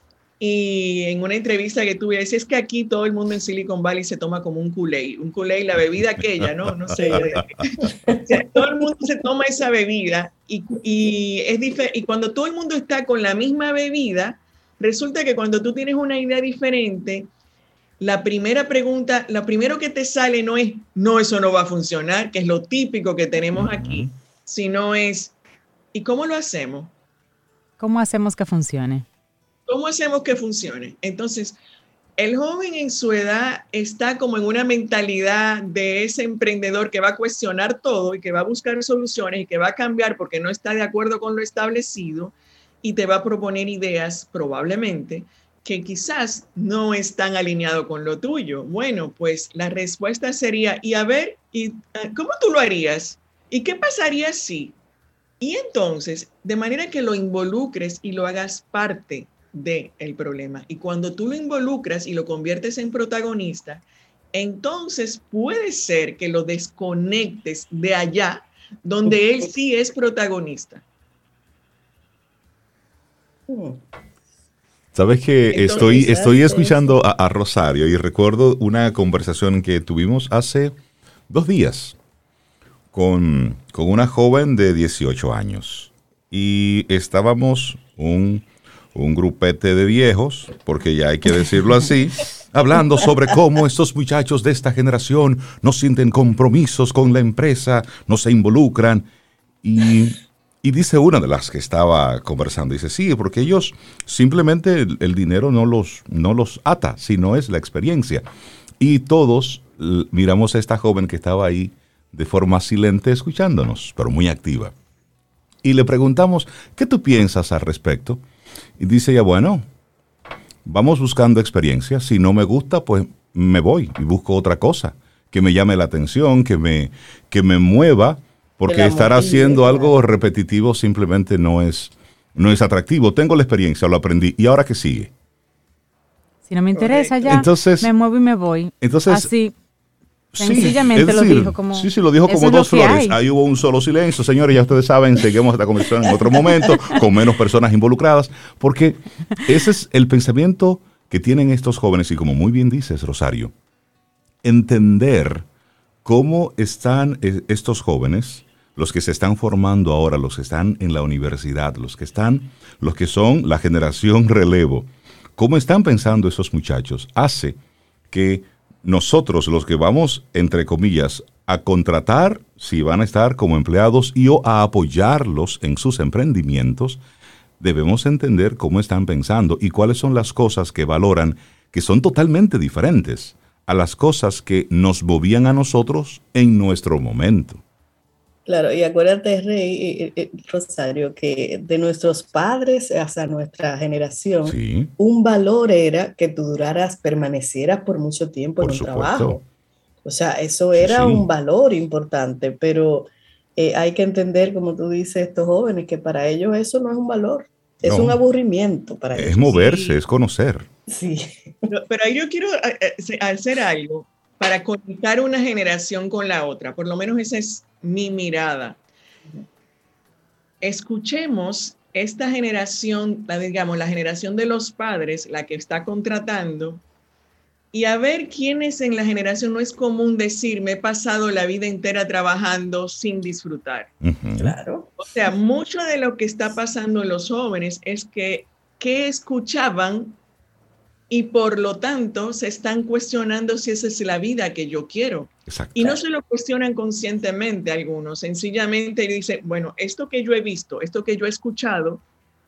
Y en una entrevista que tuve, decía, es que aquí todo el mundo en Silicon Valley se toma como un Kool-Aid, un Kool-Aid, la bebida aquella, ¿no? No sé. O sea, todo el mundo se toma esa bebida y, y, es difer- y cuando todo el mundo está con la misma bebida, resulta que cuando tú tienes una idea diferente, la primera pregunta, lo primero que te sale no es, no, eso no va a funcionar, que es lo típico que tenemos aquí, sino es, ¿y cómo lo hacemos? ¿Cómo hacemos que funcione? ¿Cómo hacemos que funcione? Entonces, el joven en su edad está como en una mentalidad de ese emprendedor que va a cuestionar todo y que va a buscar soluciones y que va a cambiar porque no está de acuerdo con lo establecido y te va a proponer ideas probablemente que quizás no están alineados con lo tuyo. Bueno, pues la respuesta sería, y a ver, ¿y, ¿cómo tú lo harías? ¿Y qué pasaría si? Y entonces, de manera que lo involucres y lo hagas parte del problema. Y cuando tú lo involucras y lo conviertes en protagonista, entonces puede ser que lo desconectes de allá, donde él sí es protagonista. Sabes que Entonces, estoy, estoy exacto, escuchando a, a Rosario y recuerdo una conversación que tuvimos hace dos días con, con una joven de dieciocho años. Y estábamos un, un grupete de viejos, porque ya hay que decirlo así, hablando sobre cómo estos muchachos de esta generación no sienten compromisos con la empresa, no se involucran. Y, y dice una de las que estaba conversando, dice, sí, porque ellos simplemente el, el dinero no los, no los ata, sino es la experiencia. Y todos l- miramos a esta joven que estaba ahí de forma silente escuchándonos, pero muy activa. Y le preguntamos, ¿qué tú piensas al respecto? Y dice ella, bueno, vamos buscando experiencia. Si no me gusta, pues me voy y busco otra cosa que me llame la atención, que me, que me mueva, porque estar haciendo algo repetitivo simplemente no es, no es atractivo. Tengo la experiencia, lo aprendí. ¿Y ahora qué sigue? Si no me interesa ya, Entonces, me muevo y me voy. Entonces, Así, sí, sencillamente es lo decir, dijo como... Sí, sí, lo dijo eso como es lo dos que flores. hay. Ahí hubo un solo silencio. Señores, ya ustedes saben, seguimos esta conversación en otro momento, con menos personas involucradas, porque ese es el pensamiento que tienen estos jóvenes. Y como muy bien dices, Rosario, entender cómo están eh, estos jóvenes, los que se están formando ahora, los que están en la universidad, los que están, los que son la generación relevo, cómo están pensando esos muchachos, hace que nosotros, los que vamos, entre comillas, a contratar, si van a estar como empleados y o a apoyarlos en sus emprendimientos, debemos entender cómo están pensando y cuáles son las cosas que valoran, que son totalmente diferentes a las cosas que nos movían a nosotros en nuestro momento. Claro, y acuérdate, Rey, eh, eh, Rosario, que de nuestros padres hasta nuestra generación, Sí, un valor era que tú duraras, permanecieras por mucho tiempo por en un supuesto. trabajo. O sea, eso Sí, era sí. un valor importante, pero eh, hay que entender, como tú dices, estos jóvenes, que para ellos eso no es un valor, es No. un aburrimiento para Es ellos. moverse, Sí. es conocer. Sí, Pero, pero ahí yo quiero eh, eh, hacer algo para conectar una generación con la otra. Por lo menos esa es mi mirada. escuchemos esta generación, la, digamos, la generación de los padres, la que está contratando, y a ver quiénes en la generación. No es común decir, me he pasado la vida entera trabajando sin disfrutar. Uh-huh. Claro. O sea, mucho de lo que está pasando en los jóvenes es que, que escuchaban y por lo tanto se están cuestionando si esa es la vida que yo quiero. Exacto. Y no se lo cuestionan conscientemente algunos, sencillamente dicen, bueno, esto que yo he visto, esto que yo he escuchado,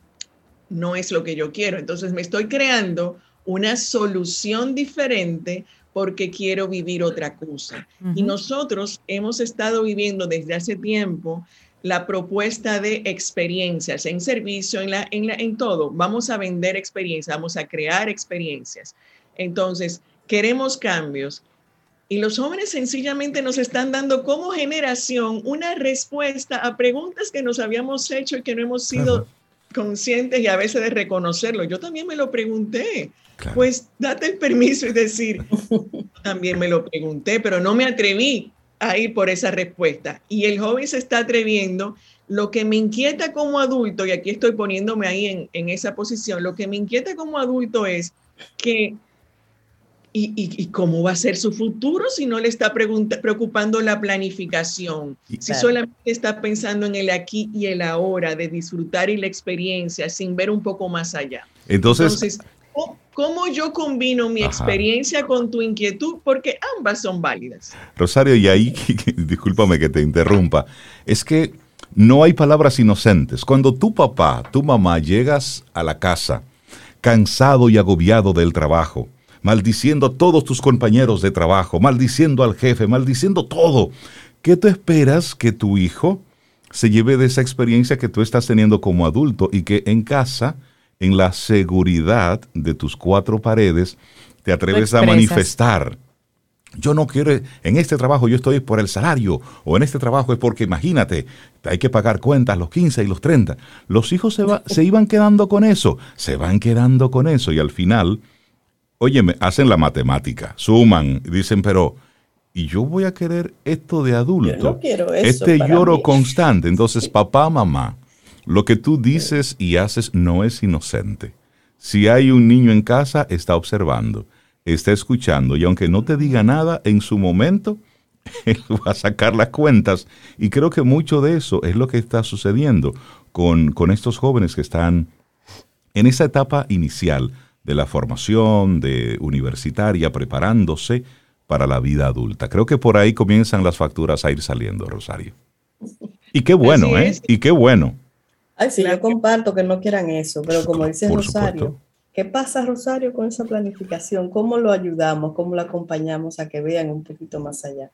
no es lo que yo quiero. Entonces me estoy creando una solución diferente porque quiero vivir otra cosa. Uh-huh. Y nosotros hemos estado viviendo desde hace tiempo la propuesta de experiencias en servicio, en, la, en, la, en todo. Vamos a vender experiencias, vamos a crear experiencias. Entonces, queremos cambios. Y los jóvenes sencillamente nos están dando como generación una respuesta a preguntas que nos habíamos hecho y que no hemos sido uh-huh. conscientes y a veces de reconocerlo. Yo también me lo pregunté. Claro. Pues date el permiso y decir, también me lo pregunté, pero no me atreví a ir por esa respuesta. Y el joven se está atreviendo. Lo que me inquieta como adulto, y aquí estoy poniéndome ahí en, en esa posición, lo que me inquieta como adulto es que, y, y, y cómo va a ser su futuro si no le está preocupando la planificación, y, si claro. solamente está pensando en el aquí y el ahora, de disfrutar y la experiencia sin ver un poco más allá. Entonces, Entonces ¿cómo yo combino mi Ajá. experiencia con tu inquietud? Porque ambas son válidas. Rosario, y ahí, discúlpame que te interrumpa, es que no hay palabras inocentes. Cuando tu papá, tu mamá llegas a la casa cansado y agobiado del trabajo, maldiciendo a todos tus compañeros de trabajo, maldiciendo al jefe, maldiciendo todo, ¿qué te esperas que tu hijo se lleve de esa experiencia que tú estás teniendo como adulto y que en casa, en la seguridad de tus cuatro paredes, te atreves a manifestar? Yo no quiero, en este trabajo yo estoy por el salario, o en este trabajo es porque, imagínate, hay que pagar cuentas los quince y los treinta. Los hijos se, va, se iban quedando con eso, se van quedando con eso, y al final, óyeme, hacen la matemática, suman, dicen, pero, ¿y yo voy a querer esto de adulto? Yo no quiero eso este para lloro mí. Constante. Entonces, papá, mamá, lo que tú dices y haces no es inocente. Si hay un niño en casa, está observando, está escuchando, y aunque no te diga nada, en su momento, él va a sacar las cuentas. Y creo que mucho de eso es lo que está sucediendo con, con estos jóvenes que están en esa etapa inicial de la formación de universitaria, preparándose para la vida adulta. Creo que por ahí comienzan las facturas a ir saliendo, Rosario. Y qué bueno, ¿eh? Y qué bueno. Ay, sí, yo comparto que no quieran eso, pero como dice Por Rosario, supuesto. ¿qué pasa, Rosario, con esa planificación? ¿Cómo lo ayudamos? ¿Cómo lo acompañamos a que vean un poquito más allá?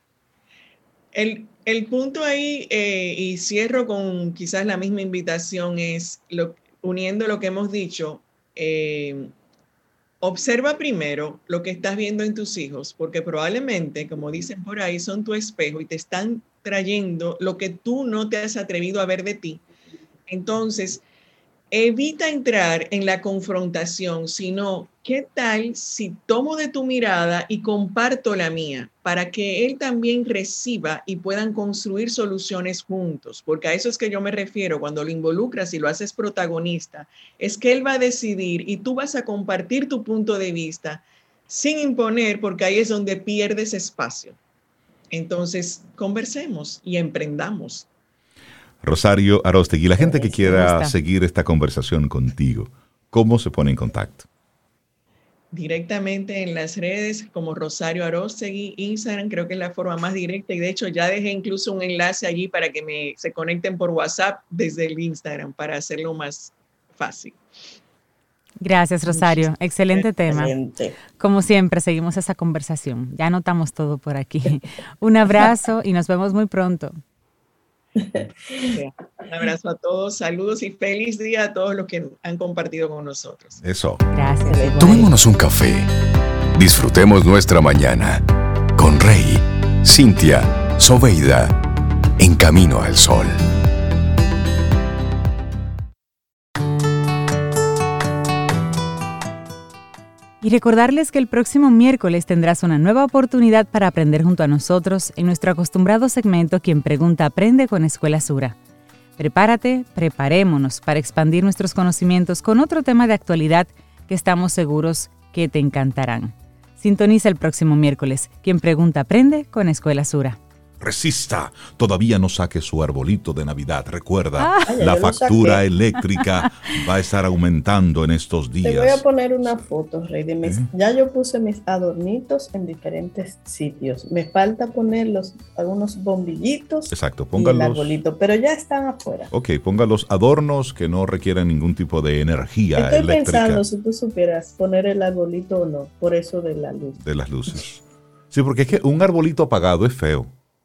El, el punto ahí, eh, y cierro con quizás la misma invitación, es lo, uniendo lo que hemos dicho, eh, observa primero lo que estás viendo en tus hijos, porque probablemente, como dicen por ahí, son tu espejo y te están trayendo lo que tú no te has atrevido a ver de ti. Entonces, evita entrar en la confrontación, sino, ¿qué tal si tomo de tu mirada y comparto la mía para que él también reciba y puedan construir soluciones juntos? Porque a eso es que yo me refiero cuando lo involucras y lo haces protagonista. Es que él va a decidir y tú vas a compartir tu punto de vista sin imponer, porque ahí es donde pierdes espacio. Entonces, conversemos y emprendamos. Rosario Aróstegui, la gente que quiera seguir esta conversación contigo, ¿cómo se pone en contacto? Directamente en las redes como Rosario Aróstegui, Instagram, creo que es la forma más directa, y de hecho ya dejé incluso un enlace allí para que me se conecten por WhatsApp desde el Instagram para hacerlo más fácil. Gracias, Rosario. Excelente tema. Excelente. Como siempre, seguimos esa conversación. Ya anotamos todo por aquí. Un abrazo y nos vemos muy pronto. Un abrazo a todos, saludos y feliz día a todos los que han compartido con nosotros. Eso. Gracias. Tomémonos un café. Disfrutemos nuestra mañana con Rey, Cintia, Soveida, en Camino al Sol. Y recordarles que el próximo miércoles tendrás una nueva oportunidad para aprender junto a nosotros en nuestro acostumbrado segmento Quien Pregunta Aprende con Escuela Sura. Prepárate, preparémonos para expandir nuestros conocimientos con otro tema de actualidad que estamos seguros que te encantarán. Sintoniza el próximo miércoles. Quien pregunta aprende con Escuela Sura. Resista, todavía no saque su arbolito de Navidad. Recuerda, Ah. la factura eléctrica va a estar aumentando en estos días. Te voy a poner una foto, Rey. De mis, ¿Eh? Ya yo puse mis adornitos en diferentes sitios. Me falta poner los, algunos bombillitos Exacto, y el póngalos. arbolito, pero ya están afuera. Ok, ponga los adornos que no requieren ningún tipo de energía Estoy eléctrica pensando si tú supieras poner el arbolito o no, por eso de la luz. de las luces. Sí, porque es que un arbolito apagado es feo.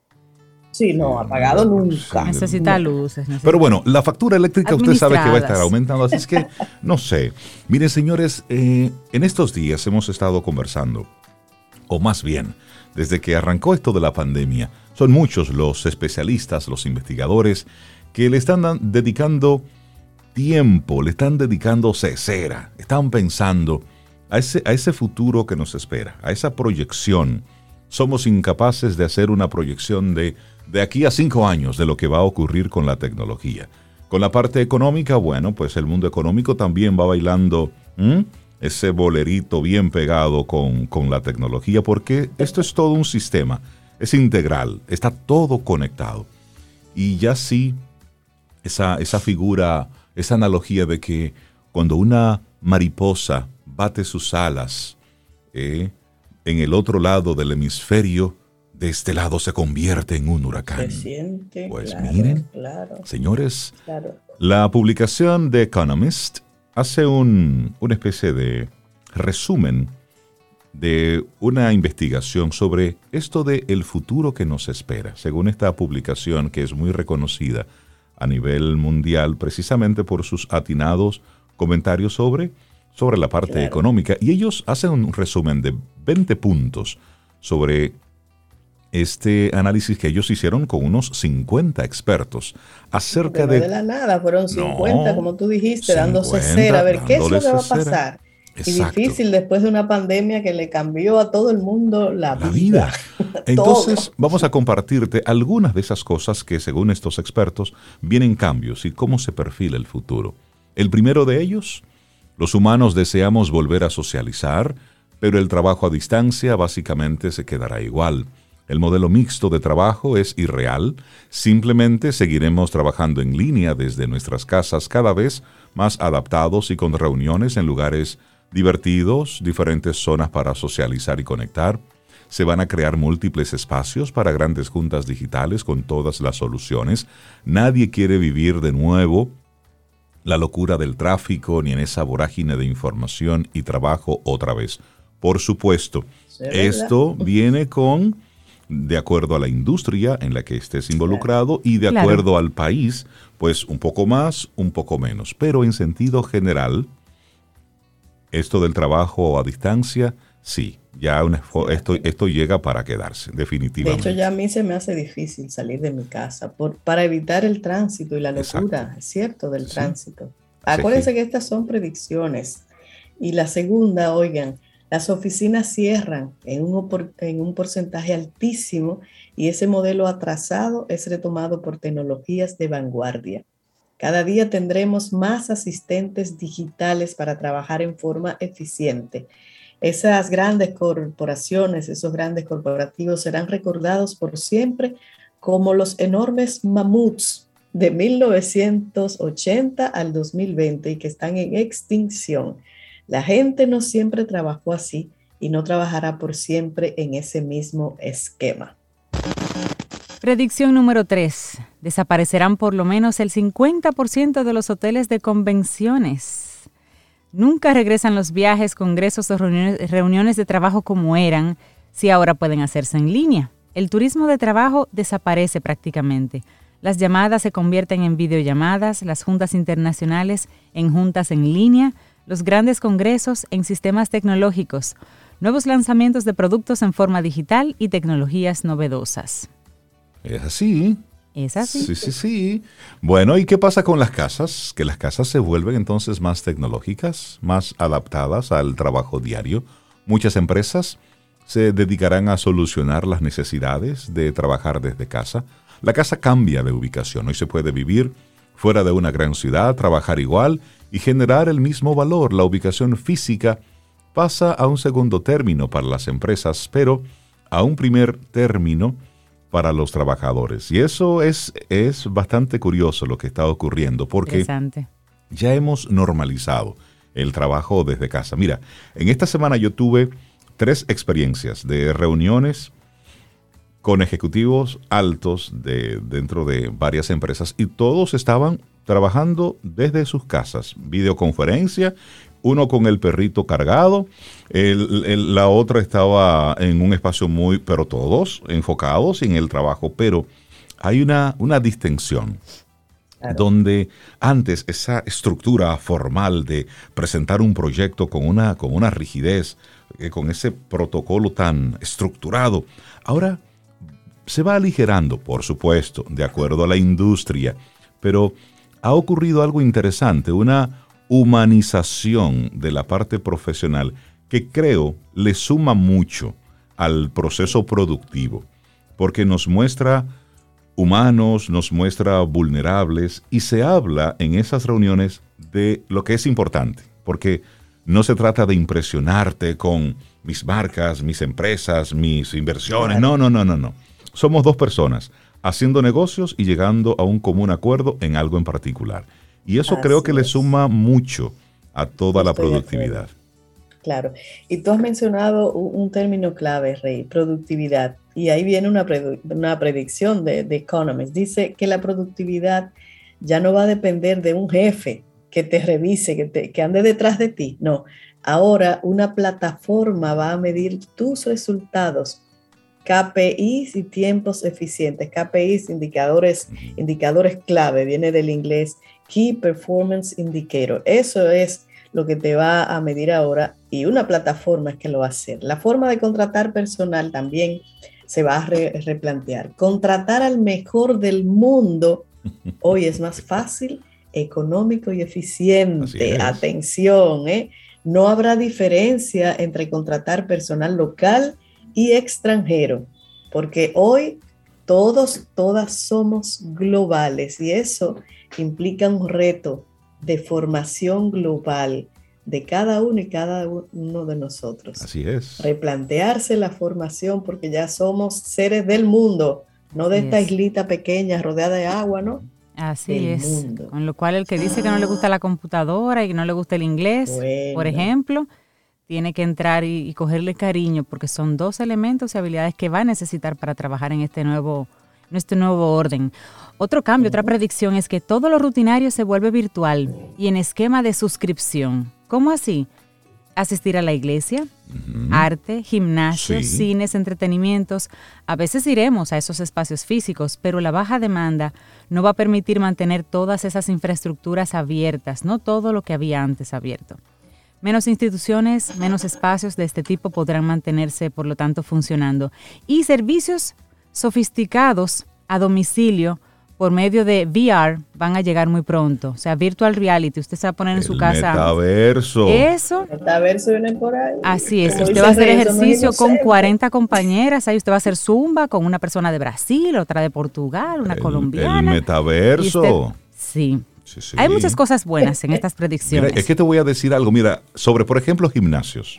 Sí, no, apagado nunca. Sí. Necesita luces. necesita- Pero bueno, la factura eléctrica usted sabe que va a estar Administradas. aumentando, así es que no sé. Miren, señores, eh, en estos días hemos estado conversando, o más bien, desde que arrancó esto de la pandemia, son muchos los especialistas, los investigadores, que le están dan- dedicando tiempo, le están dedicando cesera, están pensando a ese, a ese futuro que nos espera, a esa proyección. Somos incapaces de hacer una proyección de, de aquí a cinco años de lo que va a ocurrir con la tecnología. Con la parte económica, bueno, pues el mundo económico también va bailando ¿m? ese bolerito bien pegado con, con la tecnología, porque esto es todo un sistema, es integral, está todo conectado. Y ya sí, esa, esa figura, esa analogía de que cuando una mariposa bate sus alas, eh, en el otro lado del hemisferio, de este lado se convierte en un huracán. Se siente, Pues claro, miren, claro, señores, claro. la publicación de Economist hace un, una especie de resumen de una investigación sobre esto de el futuro que nos espera. Según esta publicación, que es muy reconocida a nivel mundial, precisamente por sus atinados comentarios sobre sobre la parte Claro. económica, y ellos hacen un resumen de veinte puntos sobre este análisis que ellos hicieron con unos cincuenta expertos acerca Porque no de... de la nada, fueron cincuenta, No, como tú dijiste, dándose cincuenta, cera, a ver qué es lo que dándole va a cera. pasar. Y Exacto. difícil después de una pandemia que le cambió a todo el mundo la, La vida. vida. Entonces, Todo. vamos a compartirte algunas de esas cosas que, según estos expertos, vienen cambios y cómo se perfila el futuro. El primero de ellos, los humanos deseamos volver a socializar, pero el trabajo a distancia básicamente se quedará igual. El modelo mixto de trabajo es irreal, simplemente seguiremos trabajando en línea desde nuestras casas cada vez más adaptados y con reuniones en lugares divertidos, diferentes zonas para socializar y conectar. Se van a crear múltiples espacios para grandes juntas digitales con todas las soluciones. Nadie quiere vivir de nuevo la locura del tráfico ni en esa vorágine de información y trabajo otra vez. Por supuesto, Sí, es verdad. esto viene con, de acuerdo a la industria en la que estés involucrado y de Claro. acuerdo al país, pues un poco más, un poco menos. Pero en sentido general, esto del trabajo a distancia, sí, ya un esfo- esto, esto llega para quedarse, De definitivamente. hecho, ya a mí se me hace difícil salir de mi casa por, para evitar el tránsito y la locura, Exacto. es cierto, del Sí. tránsito. Sí, Acuérdense sí. que estas son predicciones. Y la segunda, oigan, las oficinas cierran en un, opor- en un porcentaje altísimo y ese modelo atrasado es retomado por tecnologías de vanguardia. Cada día tendremos más asistentes digitales para trabajar en forma eficiente. Esas grandes corporaciones, esos grandes corporativos serán recordados por siempre como los enormes mamuts de mil novecientos ochenta al dos mil veinte y que están en extinción. La gente no siempre trabajó así y no trabajará por siempre en ese mismo esquema. Predicción número tres. Desaparecerán por lo menos el cincuenta por ciento de los hoteles de convenciones. Nunca regresan los viajes, congresos o reuniones, reuniones de trabajo como eran, si ahora pueden hacerse en línea. El turismo de trabajo desaparece prácticamente. Las llamadas se convierten en videollamadas, las juntas internacionales en juntas en línea, los grandes congresos en sistemas tecnológicos, nuevos lanzamientos de productos en forma digital y tecnologías novedosas. Es así. ¿Es así? Sí, sí, sí. Bueno, ¿y qué pasa con las casas? Que las casas se vuelven entonces más tecnológicas, más adaptadas al trabajo diario. Muchas empresas se dedicarán a solucionar las necesidades de trabajar desde casa. La casa cambia de ubicación. Hoy se puede vivir fuera de una gran ciudad, trabajar igual y generar el mismo valor. La ubicación física pasa a un segundo término para las empresas, pero a un primer término para los trabajadores. Y eso es, es bastante curioso lo que está ocurriendo, porque ya hemos normalizado el trabajo desde casa. Mira, en esta semana yo tuve tres experiencias de reuniones con ejecutivos altos de, dentro de varias empresas y todos estaban trabajando desde sus casas, videoconferencia, uno con el perrito cargado, el, el, la otra estaba en un espacio muy, pero todos enfocados en el trabajo, pero hay una, una distensión. Claro. Donde antes esa estructura formal de presentar un proyecto con una, con una rigidez, eh, con ese protocolo tan estructurado, ahora se va aligerando, por supuesto, de acuerdo a la industria, pero ha ocurrido algo interesante, una humanización de la parte profesional que creo le suma mucho al proceso productivo, porque nos muestra humanos, nos muestra vulnerables y se habla en esas reuniones de lo que es importante, porque no se trata de impresionarte con mis marcas, mis empresas, mis inversiones, no, no, no, no, no. Somos dos personas haciendo negocios y llegando a un común acuerdo en algo en particular. Y eso Así creo que es. le suma mucho a toda Estoy la productividad. Claro. Y tú has mencionado un, un término clave, Rey, productividad. Y ahí viene una, predu- una predicción de, de Economist. Dice que la productividad ya no va a depender de un jefe que te revise, que, te, que ande detrás de ti. No, ahora una plataforma va a medir tus resultados, K P Is y tiempos eficientes. K P Is, indicadores, indicadores clave, viene del inglés Key Performance Indicator. Eso es lo que te va a medir ahora y una plataforma es que lo va a hacer. La forma de contratar personal también se va a re- replantear. Contratar al mejor del mundo hoy es más fácil, económico y eficiente. Atención, ¿eh? No habrá diferencia entre contratar personal local y extranjero, porque hoy todos, todas somos globales y eso implica un reto de formación global de cada uno y cada uno de nosotros. Así es. Replantearse la formación porque ya somos seres del mundo, no de Así esta es. islita pequeña rodeada de agua, ¿no? Así del es. Mundo. Con lo cual el que dice que no le gusta la computadora y que no le gusta el inglés, bueno. por ejemplo, tiene que entrar y, y cogerle cariño porque son dos elementos y habilidades que va a necesitar para trabajar en este nuevo, en este nuevo orden. Otro cambio, uh-huh. otra predicción es que todo lo rutinario se vuelve virtual y en esquema de suscripción. ¿Cómo así? Asistir a la iglesia, uh-huh. arte, gimnasio, sí. cines, entretenimientos. A veces iremos a esos espacios físicos, pero la baja demanda no va a permitir mantener todas esas infraestructuras abiertas, no todo lo que había antes abierto. Menos instituciones, menos espacios de este tipo podrán mantenerse, por lo tanto, funcionando. Y servicios sofisticados a domicilio por medio de V R van a llegar muy pronto. O sea, virtual reality. Usted se va a poner en el su casa. Metaverso. Eso. Metaverso viene por ahí. Así es. Usted va a hacer ejercicio con cuarenta compañeras. Ahí usted va a hacer zumba con una persona de Brasil, otra de Portugal, una el, colombiana. El metaverso. Usted, sí. Sí, sí. Hay muchas cosas buenas en estas predicciones. Mira, es que te voy a decir algo, mira, sobre, por ejemplo, gimnasios.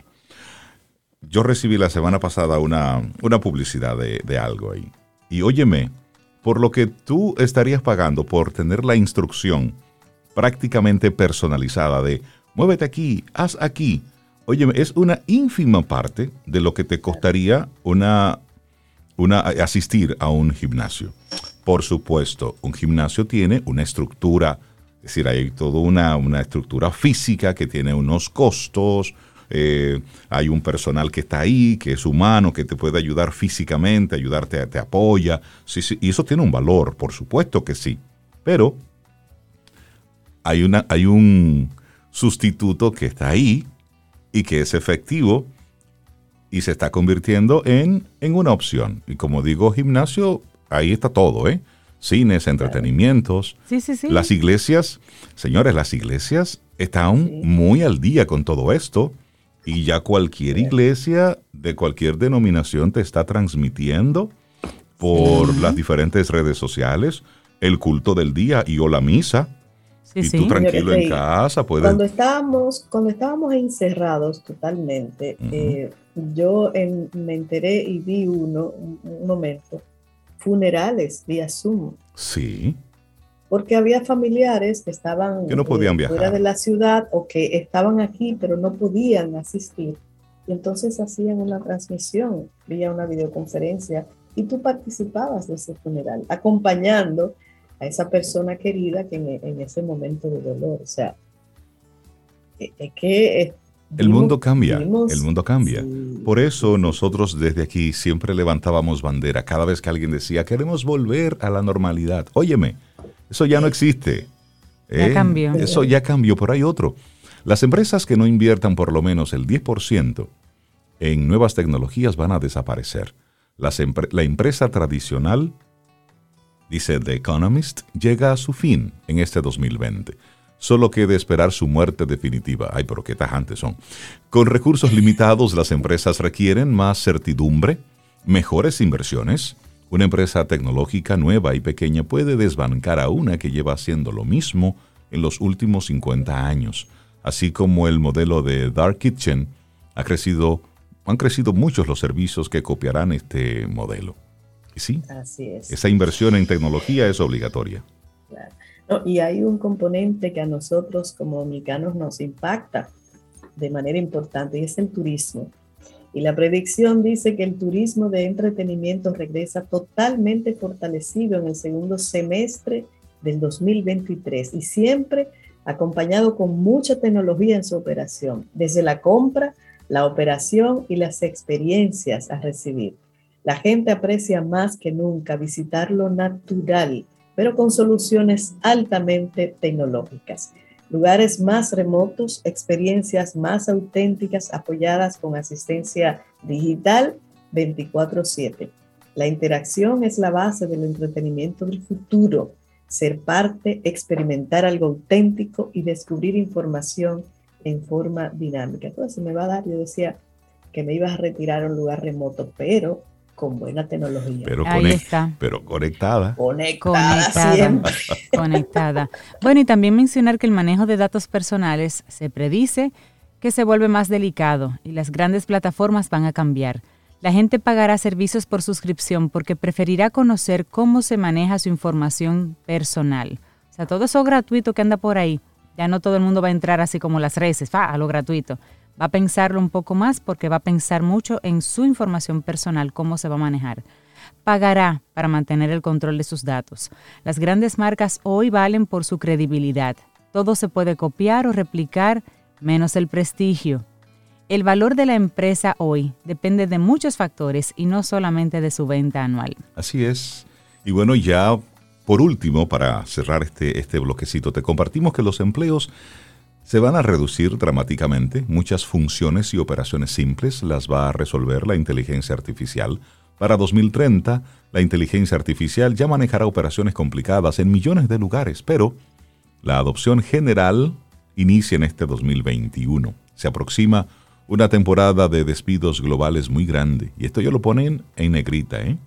Yo recibí la semana pasada una, una publicidad de, de algo ahí. Y óyeme, por lo que tú estarías pagando por tener la instrucción prácticamente personalizada de muévete aquí, haz aquí. Óyeme, es una ínfima parte de lo que te costaría una, una, asistir a un gimnasio. Por supuesto, un gimnasio tiene una estructura. Es decir, hay toda una, una estructura física que tiene unos costos, eh, hay un personal que está ahí, que es humano, que te puede ayudar físicamente, ayudarte, te apoya, sí, sí, y eso tiene un valor, por supuesto que sí, pero hay, una, hay un sustituto que está ahí y que es efectivo y se está convirtiendo en, en una opción. Y como digo, gimnasio, ahí está todo, ¿eh? Cines, entretenimientos. Sí, sí, sí. Las iglesias, señores, las iglesias están sí. muy al día con todo esto y ya cualquier iglesia de cualquier denominación te está transmitiendo por sí. las diferentes redes sociales el culto del día y o la misa. Sí, y sí. Tú tranquilo en casa puedes... Cuando estábamos, cuando estábamos encerrados totalmente, uh-huh. eh, yo en, me enteré y vi uno, un, un momento, funerales vía Zoom. Sí. Porque había familiares que estaban que no podían eh, viajar fuera de la ciudad o que estaban aquí pero no podían asistir. Y entonces hacían una transmisión vía una videoconferencia y tú participabas de ese funeral, acompañando a esa persona querida que en, en ese momento de dolor. O sea, es que... Eh, el mundo cambia, vimos, el mundo cambia. Sí. Por eso nosotros desde aquí siempre levantábamos bandera cada vez que alguien decía, queremos volver a la normalidad. Óyeme, eso ya no existe. Ya ¿eh? cambió. Eso ya cambió, pero hay otro. Las empresas que no inviertan por lo menos el diez por ciento en nuevas tecnologías van a desaparecer. Las empre- la empresa tradicional, dice The Economist, llega a su fin en este dos mil veinte. Solo queda esperar su muerte definitiva. Ay, pero qué tajantes son. Con recursos limitados, las empresas requieren más certidumbre, mejores inversiones. Una empresa tecnológica nueva y pequeña puede desbancar a una que lleva haciendo lo mismo en los últimos cincuenta años. Así como el modelo de Dark Kitchen, ha crecido, han crecido muchos los servicios que copiarán este modelo. Y sí, así es. Esa inversión en tecnología es obligatoria. Claro. No, y hay un componente que a nosotros como dominicanos nos impacta de manera importante y es el turismo. Y la predicción dice que el turismo de entretenimiento regresa totalmente fortalecido en el segundo semestre del dos mil veintitrés y siempre acompañado con mucha tecnología en su operación, desde la compra, la operación y las experiencias a recibir. La gente aprecia más que nunca visitar lo natural, pero con soluciones altamente tecnológicas. Lugares más remotos, experiencias más auténticas apoyadas con asistencia digital veinticuatro siete. La interacción es la base del entretenimiento del futuro. Ser parte, experimentar algo auténtico y descubrir información en forma dinámica. Entonces se me va a dar, yo decía que me iba a retirar a un lugar remoto, pero con buena tecnología. Pero, Ahí conect- está. pero conectada. Conectada, Conectada siempre. Conectada. Bueno, y también mencionar que el manejo de datos personales se predice que se vuelve más delicado y las grandes plataformas van a cambiar. La gente pagará servicios por suscripción porque preferirá conocer cómo se maneja su información personal. O sea, todo eso gratuito que anda por ahí, ya no todo el mundo va a entrar así como las redes, va a lo gratuito. Va a pensarlo un poco más porque va a pensar mucho en su información personal, cómo se va a manejar. Pagará para mantener el control de sus datos. Las grandes marcas hoy valen por su credibilidad. Todo se puede copiar o replicar, menos el prestigio. El valor de la empresa hoy depende de muchos factores y no solamente de su venta anual. Así es. Y bueno, ya por último, para cerrar este, este bloquecito, te compartimos que los empleos se van a reducir dramáticamente. Muchas funciones y operaciones simples las va a resolver la inteligencia artificial. Para dos mil treinta, la inteligencia artificial ya manejará operaciones complicadas en millones de lugares, pero la adopción general inicia en este dos mil veintiuno. Se aproxima una temporada de despidos globales muy grande. Y esto ya lo ponen en negrita, ¿eh?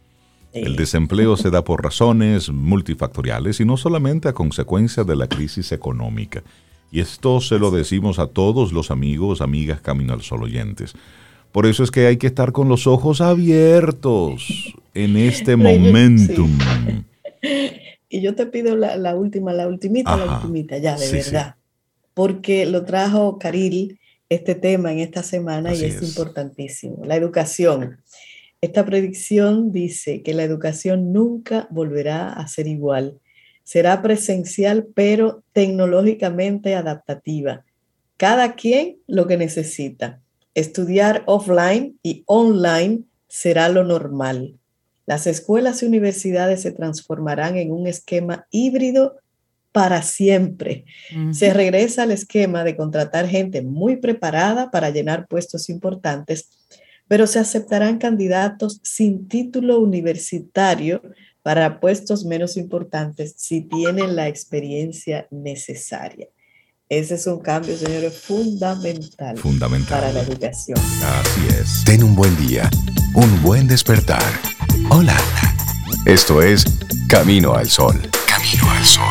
El desempleo se da por razones multifactoriales y no solamente a consecuencia de la crisis económica. Y esto se lo decimos a todos los amigos, amigas Camino al Sol oyentes. Por eso es que hay que estar con los ojos abiertos en este momentum. Sí. Y yo te pido la, la última, la ultimita, Ajá. la ultimita, ya, de sí, verdad. Sí. Porque lo trajo Caril, este tema en esta semana, Así y es, es importantísimo. La educación. Esta predicción dice que la educación nunca volverá a ser igual. Será presencial, pero tecnológicamente adaptativa. Cada quien lo que necesita. Estudiar offline y online será lo normal. Las escuelas y universidades se transformarán en un esquema híbrido para siempre. Uh-huh. Se regresa al esquema de contratar gente muy preparada para llenar puestos importantes, pero se aceptarán candidatos sin título universitario para puestos menos importantes si tienen la experiencia necesaria. Ese es un cambio, señores, fundamental, fundamental para la educación. Así es. Ten un buen día, un buen despertar. Hola. Esto es Camino al Sol. Camino al Sol.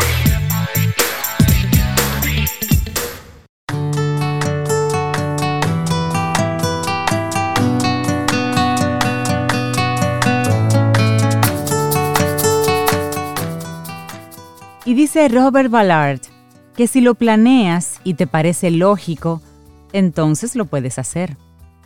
Y dice Robert Ballard que si lo planeas y te parece lógico, entonces lo puedes hacer.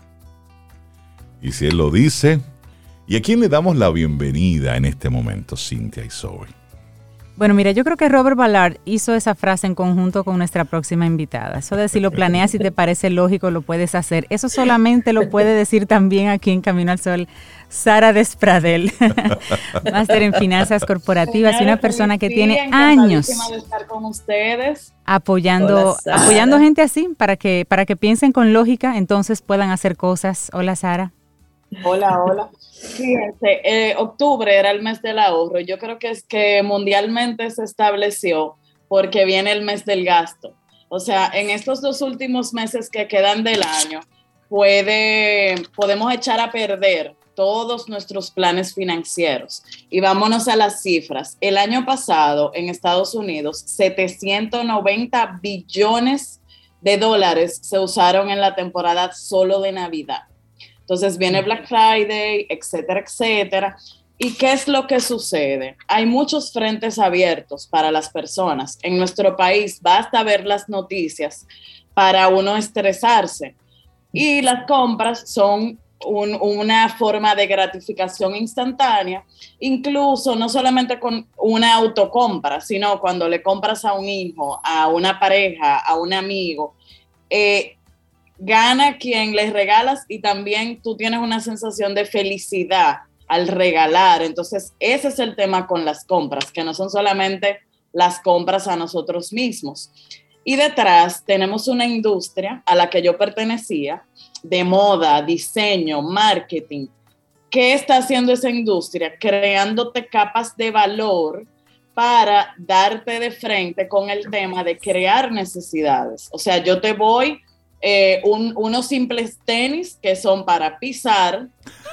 Y si él lo dice, ¿y a quién le damos la bienvenida en este momento, Cintia y Zoe? Bueno, mira, yo creo que Robert Ballard hizo esa frase en conjunto con nuestra próxima invitada. Eso de si lo planeas y te parece lógico, lo puedes hacer. Eso solamente lo puede decir también aquí en Camino al Sol Sara Despradel, máster en finanzas corporativas. Señores, y una persona que tiene años de estar con ustedes. apoyando, Hola, apoyando gente así para que, para que piensen con lógica, entonces puedan hacer cosas. Hola, Sara. Hola, hola. Fíjense, eh, octubre era el mes del ahorro. Yo creo que es que mundialmente se estableció porque viene el mes del gasto. O sea, en estos dos últimos meses que quedan del año, puede, podemos echar a perder todos nuestros planes financieros. Y vámonos a las cifras. El año pasado en Estados Unidos, setecientos noventa billones de dólares se usaron en la temporada solo de Navidad. Entonces viene Black Friday, etcétera, etcétera. ¿Y qué es lo que sucede? Hay muchos frentes abiertos para las personas. En nuestro país basta ver las noticias para uno estresarse. Y las compras son un, una forma de gratificación instantánea, incluso no solamente con una autocompra, sino cuando le compras a un hijo, a una pareja, a un amigo, eh, gana quien les regalas y también tú tienes una sensación de felicidad al regalar. Entonces, ese es el tema con las compras, que no son solamente las compras a nosotros mismos. Y detrás tenemos una industria a la que yo pertenecía, de moda, diseño, marketing. ¿Qué está haciendo esa industria? Creándote capas de valor para darte de frente con el tema de crear necesidades. O sea, yo te voy... Eh, un, unos simples tenis que son para pisar,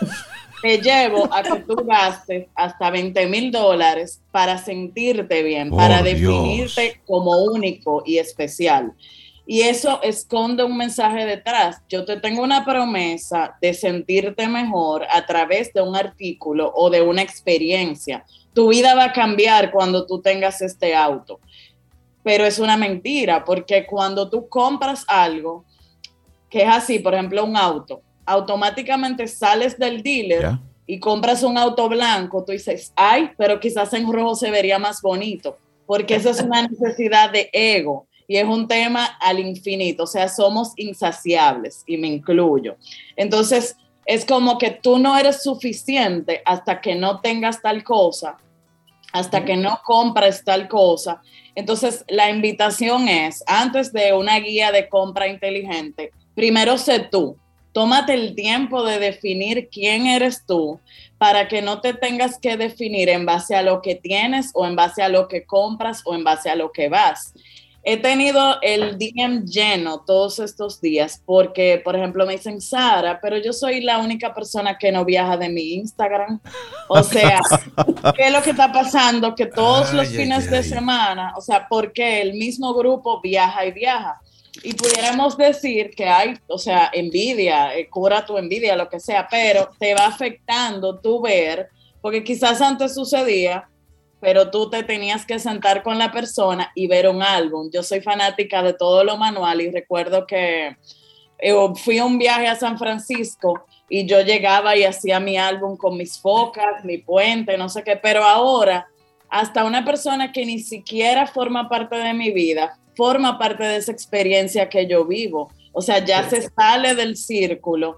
te llevo a que tú gastes hasta veinte mil dólares para sentirte bien, oh, para definirte Dios. Como único y especial. Y eso esconde un mensaje detrás. Yo te tengo una promesa de sentirte mejor a través de un artículo o de una experiencia. Tu vida va a cambiar cuando tú tengas este auto. Pero es una mentira, porque cuando tú compras algo, que es así, por ejemplo, un auto, automáticamente sales del dealer yeah. y compras un auto blanco, tú dices, ay, pero quizás en rojo se vería más bonito, porque eso es una necesidad de ego y es un tema al infinito, o sea, somos insaciables y me incluyo. Entonces, es como que tú no eres suficiente hasta que no tengas tal cosa, hasta que no compres tal cosa. Entonces, la invitación es, antes de una guía de compra inteligente, primero sé tú, tómate el tiempo de definir quién eres tú para que no te tengas que definir en base a lo que tienes o en base a lo que compras o en base a lo que vas. He tenido el D M lleno todos estos días porque, por ejemplo, me dicen, Sara, pero yo soy la única persona que no viaja de mi Instagram. O sea, ¿qué es lo que está pasando? Que todos ay, los fines ay, de ay. semana, o sea, porque el mismo grupo viaja y viaja. Y pudiéramos decir que hay, o sea, envidia, eh, cura tu envidia, lo que sea, pero te va afectando tu ver, porque quizás antes sucedía, pero tú te tenías que sentar con la persona y ver un álbum. Yo soy fanática de todo lo manual y recuerdo que eh, fui a un viaje a San Francisco y yo llegaba y hacía mi álbum con mis focas, mi puente, no sé qué, pero ahora hasta una persona que ni siquiera forma parte de mi vida, forma parte de esa experiencia que yo vivo. O sea, ya sí. se sale del círculo.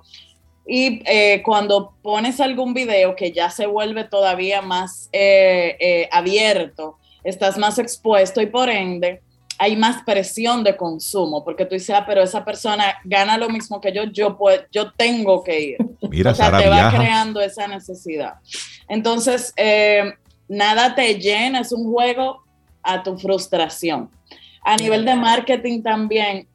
Y eh, cuando pones algún video que ya se vuelve todavía más eh, eh, abierto, estás más expuesto y por ende hay más presión de consumo, porque tú dices, ah, pero esa persona gana lo mismo que yo, yo, puedo, yo tengo que ir. Mira, o sea, Sara te va viaja. creando esa necesidad. Entonces, eh, nada te llena, es un juego a tu frustración. A nivel de marketing también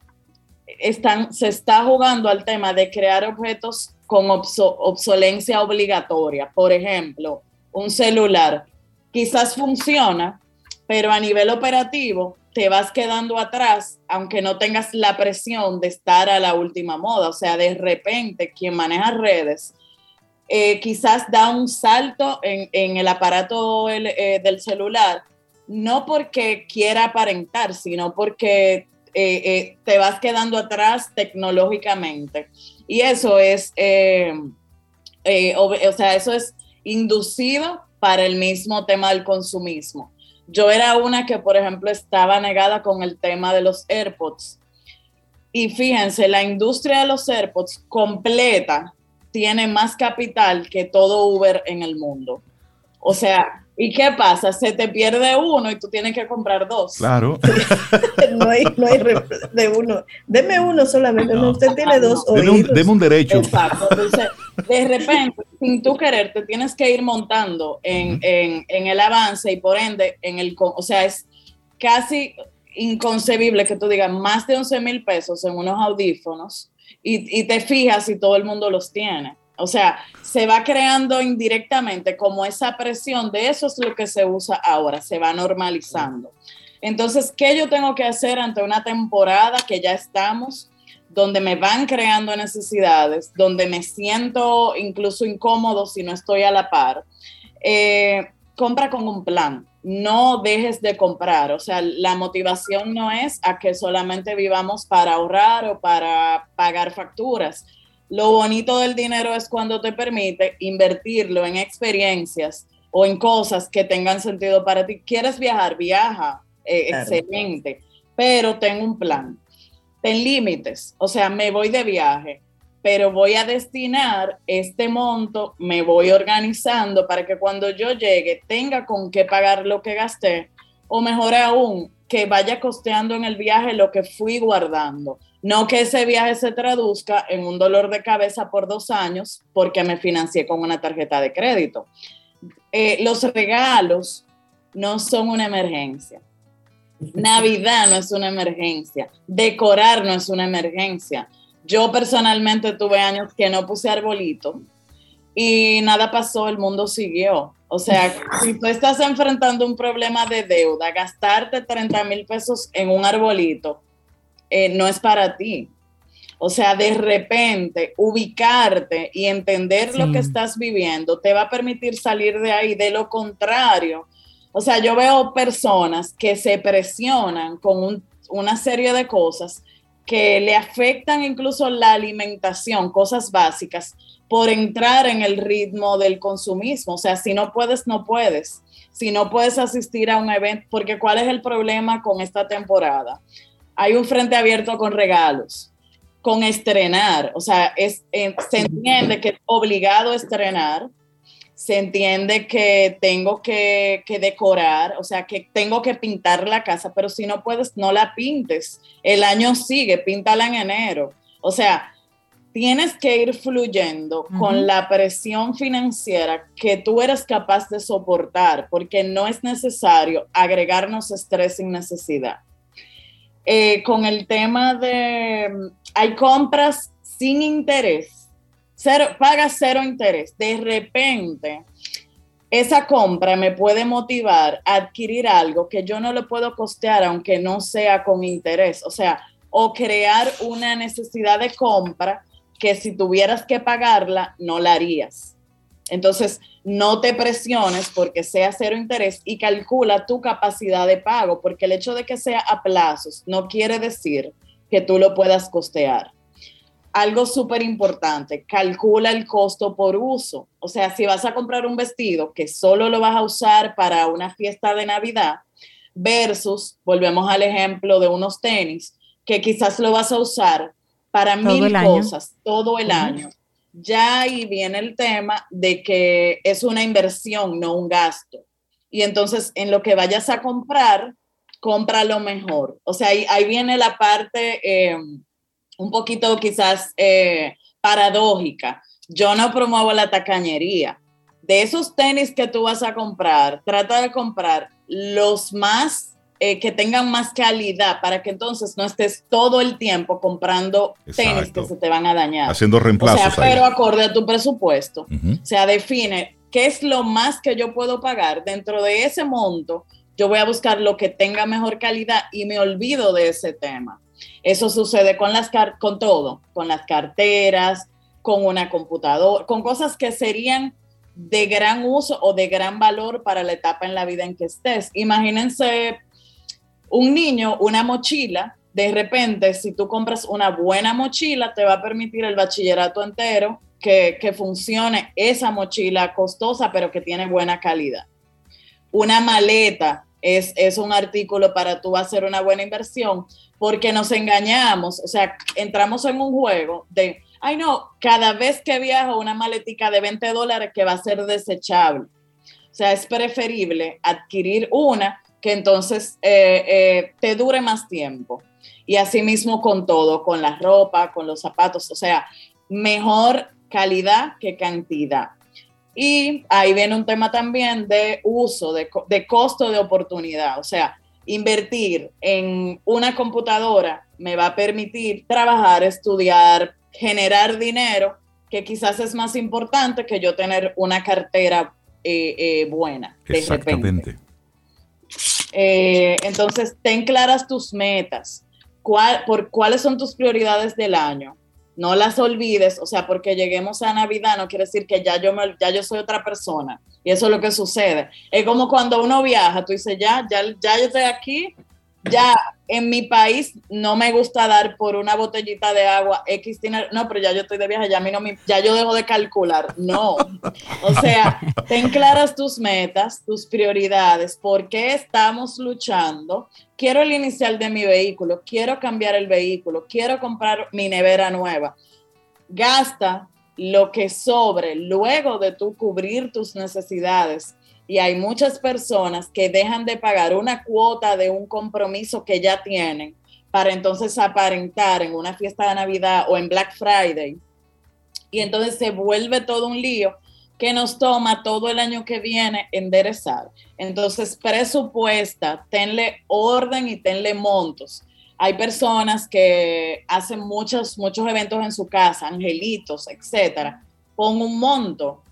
están, se está jugando al tema de crear objetos con obso, obsolencia obligatoria. Por ejemplo, un celular. quizás funciona, pero a nivel operativo te vas quedando atrás, aunque no tengas la presión de estar a la última moda. O sea, de repente quien maneja redes eh, quizás da un salto en, en el aparato el, eh, del celular, no porque quiera aparentar, sino porque eh, eh, te vas quedando atrás tecnológicamente. Y eso es, eh, eh, o, o sea, eso es inducido para el mismo tema del consumismo. Yo era una que, por ejemplo, estaba negada con el tema de los AirPods. Y fíjense, la industria de los AirPods completa tiene más capital que todo Uber en el mundo. O sea, ¿y qué pasa? Se te pierde uno y tú tienes que comprar dos. Claro. no hay, no hay de uno. Deme uno solamente. No, usted tiene dos oídos. Deme un, deme un derecho. Exacto. Entonces, de repente, sin tú querer, te tienes que ir montando en, uh-huh. en, en el avance y por ende, en el, o sea, es casi inconcebible que tú digas más de once mil pesos en unos audífonos y, y te fijas si todo el mundo los tiene. O sea, se va creando indirectamente como esa presión de eso es lo que se usa ahora, se va normalizando. Entonces, ¿qué yo tengo que hacer ante una temporada que ya estamos, donde me van creando necesidades, donde me siento incluso incómodo si no estoy a la par? Eh, compra con un plan, no dejes de comprar. O sea, la motivación no es a que solamente vivamos para ahorrar o para pagar facturas. Lo bonito del dinero es cuando te permite invertirlo en experiencias o en cosas que tengan sentido para ti. ¿Quieres viajar? Viaja, eh, claro. Excelente, pero ten un plan, ten límites. O sea, me voy de viaje, pero voy a destinar este monto, me voy organizando para que cuando yo llegue tenga con qué pagar lo que gasté, o mejor aún, que vaya costeando en el viaje lo que fui guardando. No que ese viaje se traduzca en un dolor de cabeza por dos años porque me financié con una tarjeta de crédito. Eh, los regalos no son una emergencia. Navidad no es una emergencia. Decorar no es una emergencia. Yo personalmente tuve años que no puse arbolito y nada pasó, el mundo siguió. O sea, si tú estás enfrentando un problema de deuda, gastarte treinta mil pesos en un arbolito, Eh, no es para ti. O sea, de repente ubicarte y entender sí. lo que estás viviendo te va a permitir salir de ahí. De lo contrario, o sea, yo veo personas que se presionan con un, una serie de cosas que le afectan incluso la alimentación, cosas básicas, por entrar en el ritmo del consumismo. O sea, si no puedes, no puedes. Si no puedes asistir a un evento, porque ¿cuál es el problema con esta temporada? Hay un frente abierto con regalos, con estrenar. O sea, es, eh, se entiende que es obligado a estrenar, se entiende que tengo que, que decorar, o sea, que tengo que pintar la casa, pero si no puedes, no la pintes. El año sigue, píntala en enero. O sea, tienes que ir fluyendo uh-huh. con la presión financiera que tú eres capaz de soportar, porque no es necesario agregarnos estrés sin necesidad. Eh, con el tema de, hay compras sin interés, cero, pagas cero interés, de repente esa compra me puede motivar a adquirir algo que yo no lo puedo costear aunque no sea con interés, o sea, o crear una necesidad de compra que si tuvieras que pagarla no la harías. Entonces, no te presiones porque sea cero interés y calcula tu capacidad de pago, porque el hecho de que sea a plazos no quiere decir que tú lo puedas costear. Algo súper importante, calcula el costo por uso. O sea, si vas a comprar un vestido que solo lo vas a usar para una fiesta de Navidad versus, volvemos al ejemplo de unos tenis, que quizás lo vas a usar para todo mil cosas todo el uh-huh. año. Ya ahí viene el tema de que es una inversión, no un gasto. Y entonces, en lo que vayas a comprar, compra lo mejor. O sea, ahí, ahí viene la parte eh, un poquito quizás eh, paradójica. Yo no promuevo la tacañería. De esos tenis que tú vas a comprar, trata de comprar los más Eh, que tengan más calidad para que entonces no estés todo el tiempo comprando Exacto. tenis que se te van a dañar. Haciendo reemplazos. O sea, pero ahí. Acorde a tu presupuesto. Uh-huh. O sea, define ¿qué es lo más que yo puedo pagar? Dentro de ese monto, yo voy a buscar lo que tenga mejor calidad y me olvido de ese tema. Eso sucede con, las car- con todo, con las carteras, con una computadora, con cosas que serían de gran uso o de gran valor para la etapa en la vida en que estés. Imagínense un niño, una mochila. De repente, si tú compras una buena mochila, te va a permitir el bachillerato entero que, que funcione esa mochila costosa, pero que tiene buena calidad. Una maleta es, es un artículo para tú hacer una buena inversión, porque nos engañamos, o sea, entramos en un juego de, ay no, cada vez que viajo una maletica de veinte dólares que va a ser desechable. O sea, es preferible adquirir una que entonces eh, eh, te dure más tiempo. Y así mismo con todo, con la ropa, con los zapatos, o sea, mejor calidad que cantidad. Y ahí viene un tema también de uso, de, de costo de oportunidad. O sea, invertir en una computadora me va a permitir trabajar, estudiar, generar dinero, que quizás es más importante que yo tener una cartera eh, eh, buena. De Exactamente. repente. Eh, entonces, ten claras tus metas. ¿Cuál, por cuáles son tus prioridades del año? No las olvides, o sea, porque lleguemos a Navidad no quiere decir que ya yo, me, ya yo soy otra persona. Y eso es lo que sucede. Es como cuando uno viaja, tú dices, ya, ya, ya yo estoy aquí, ya en mi país no me gusta dar por una botellita de agua X dinero. No, pero ya yo estoy de viaje, ya, a mí no me, ya yo dejo de calcular. No. O sea, ten claras tus metas, tus prioridades, por qué estamos luchando. Quiero el inicial de mi vehículo, quiero cambiar el vehículo, quiero comprar mi nevera nueva. Gasta lo que sobre luego de tú cubrir tus necesidades. Y hay muchas personas que dejan de pagar una cuota de un compromiso que ya tienen para entonces aparentar en una fiesta de Navidad o en Black Friday. Y entonces se vuelve todo un lío que nos toma todo el año que viene enderezar. Entonces, presupuesta, tenle orden y tenle montos. Hay personas que hacen muchos, muchos eventos en su casa, angelitos, etcétera. Pon un monto.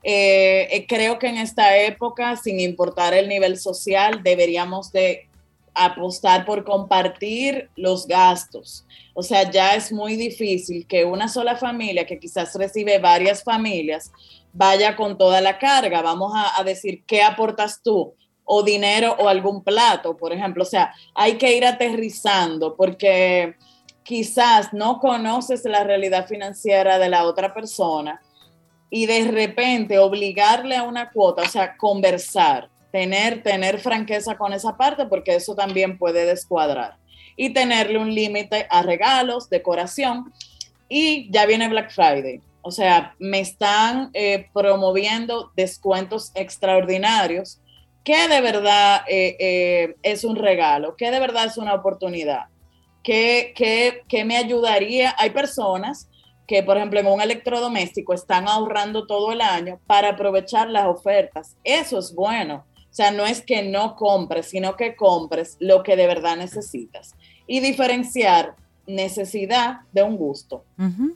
Eh, creo que en esta época, sin importar el nivel social, deberíamos de apostar por compartir los gastos. O sea, ya es muy difícil que una sola familia, que quizás recibe varias familias, vaya con toda la carga. Vamos a, a decir, ¿qué aportas tú? O dinero o algún plato, por ejemplo. O sea, hay que ir aterrizando porque quizás no conoces la realidad financiera de la otra persona y de repente obligarle a una cuota, o sea, conversar, tener, tener franqueza con esa parte, porque eso también puede descuadrar. Y tenerle un límite a regalos, decoración, y ya viene Black Friday. O sea, me están eh, promoviendo descuentos extraordinarios, que de verdad eh, eh, es un regalo, que de verdad es una oportunidad, que, que, que me ayudaría. Hay personas que, por ejemplo, en un electrodoméstico están ahorrando todo el año para aprovechar las ofertas. Eso es bueno. O sea, no es que no compres, sino que compres lo que de verdad necesitas. Y diferenciar necesidad de un gusto. Uh-huh.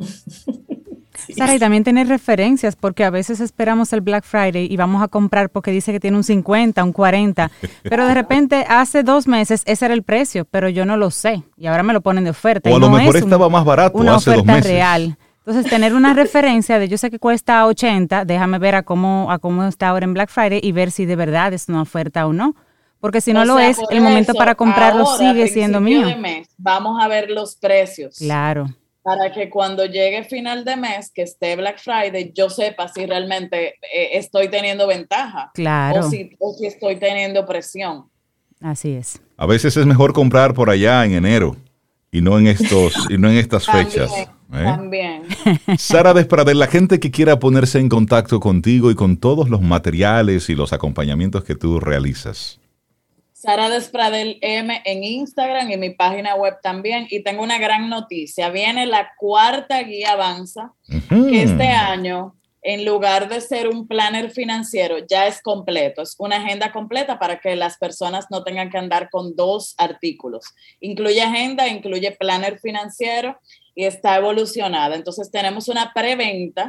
Sí. Sara, y también tener referencias, porque a veces esperamos el Black Friday y vamos a comprar porque dice que tiene un cincuenta, un cuarenta, pero de repente hace dos meses ese era el precio, pero yo no lo sé y ahora me lo ponen de oferta. O a y lo no mejor es estaba un, más barato una hace dos oferta meses. Real. Entonces, tener una referencia de yo sé que cuesta ochenta, déjame ver a cómo, a cómo está ahora en Black Friday y ver si de verdad es una oferta o no. Porque si no o lo sea, es, el momento para comprarlo ahora, sigue siendo mío. De mes, vamos a ver los precios. Claro. Para que cuando llegue final de mes, que esté Black Friday, yo sepa si realmente eh, estoy teniendo ventaja. Claro. O si, o si estoy teniendo presión. Así es. A veces es mejor comprar por allá en enero y no en estos y no en estas También, fechas. ¿eh? También. Sara Despradel, la gente que quiera ponerse en contacto contigo y con todos los materiales y los acompañamientos que tú realizas. Sara Despradel M en Instagram y mi página web también. Y tengo una gran noticia. Viene la cuarta guía Avanza, uh-huh. que este año, en lugar de ser un planner financiero, ya es completo. Es una agenda completa para que las personas no tengan que andar con dos artículos. Incluye agenda, incluye planner financiero y está evolucionada. Entonces tenemos una preventa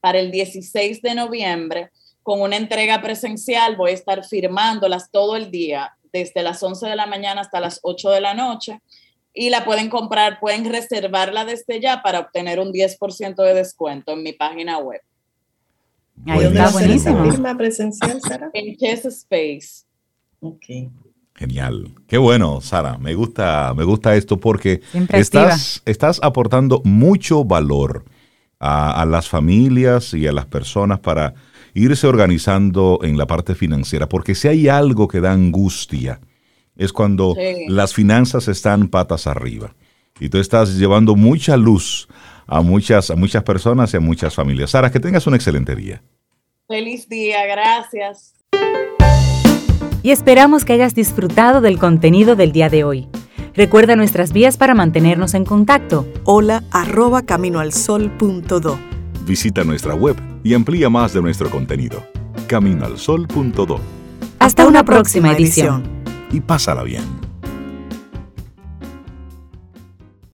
para el dieciséis de noviembre con una entrega presencial. Voy a estar firmándolas todo el día, desde las once de la mañana hasta las ocho de la noche. Y la pueden comprar, pueden reservarla desde ya para obtener un diez por ciento de descuento en mi página web. Ahí está buenísimo. ¿Firma presencial, Sara? En Chess Space. Ok. Genial. Qué bueno, Sara. Me gusta, me gusta esto porque Siempre estás, estás aportando mucho valor a, a las familias y a las personas para irse organizando en la parte financiera. Porque si hay algo que da angustia, es cuando Sí. las finanzas están patas arriba. Y tú estás llevando mucha luz a muchas, a muchas personas y a muchas familias. Sara, que tengas un excelente día. Feliz día, gracias. Y esperamos que hayas disfrutado del contenido del día de hoy. Recuerda nuestras vías para mantenernos en contacto. Hola arroba caminoalsol.do. Visita nuestra web y amplía más de nuestro contenido. camino al sol punto do. Hasta una próxima edición. Y pásala bien.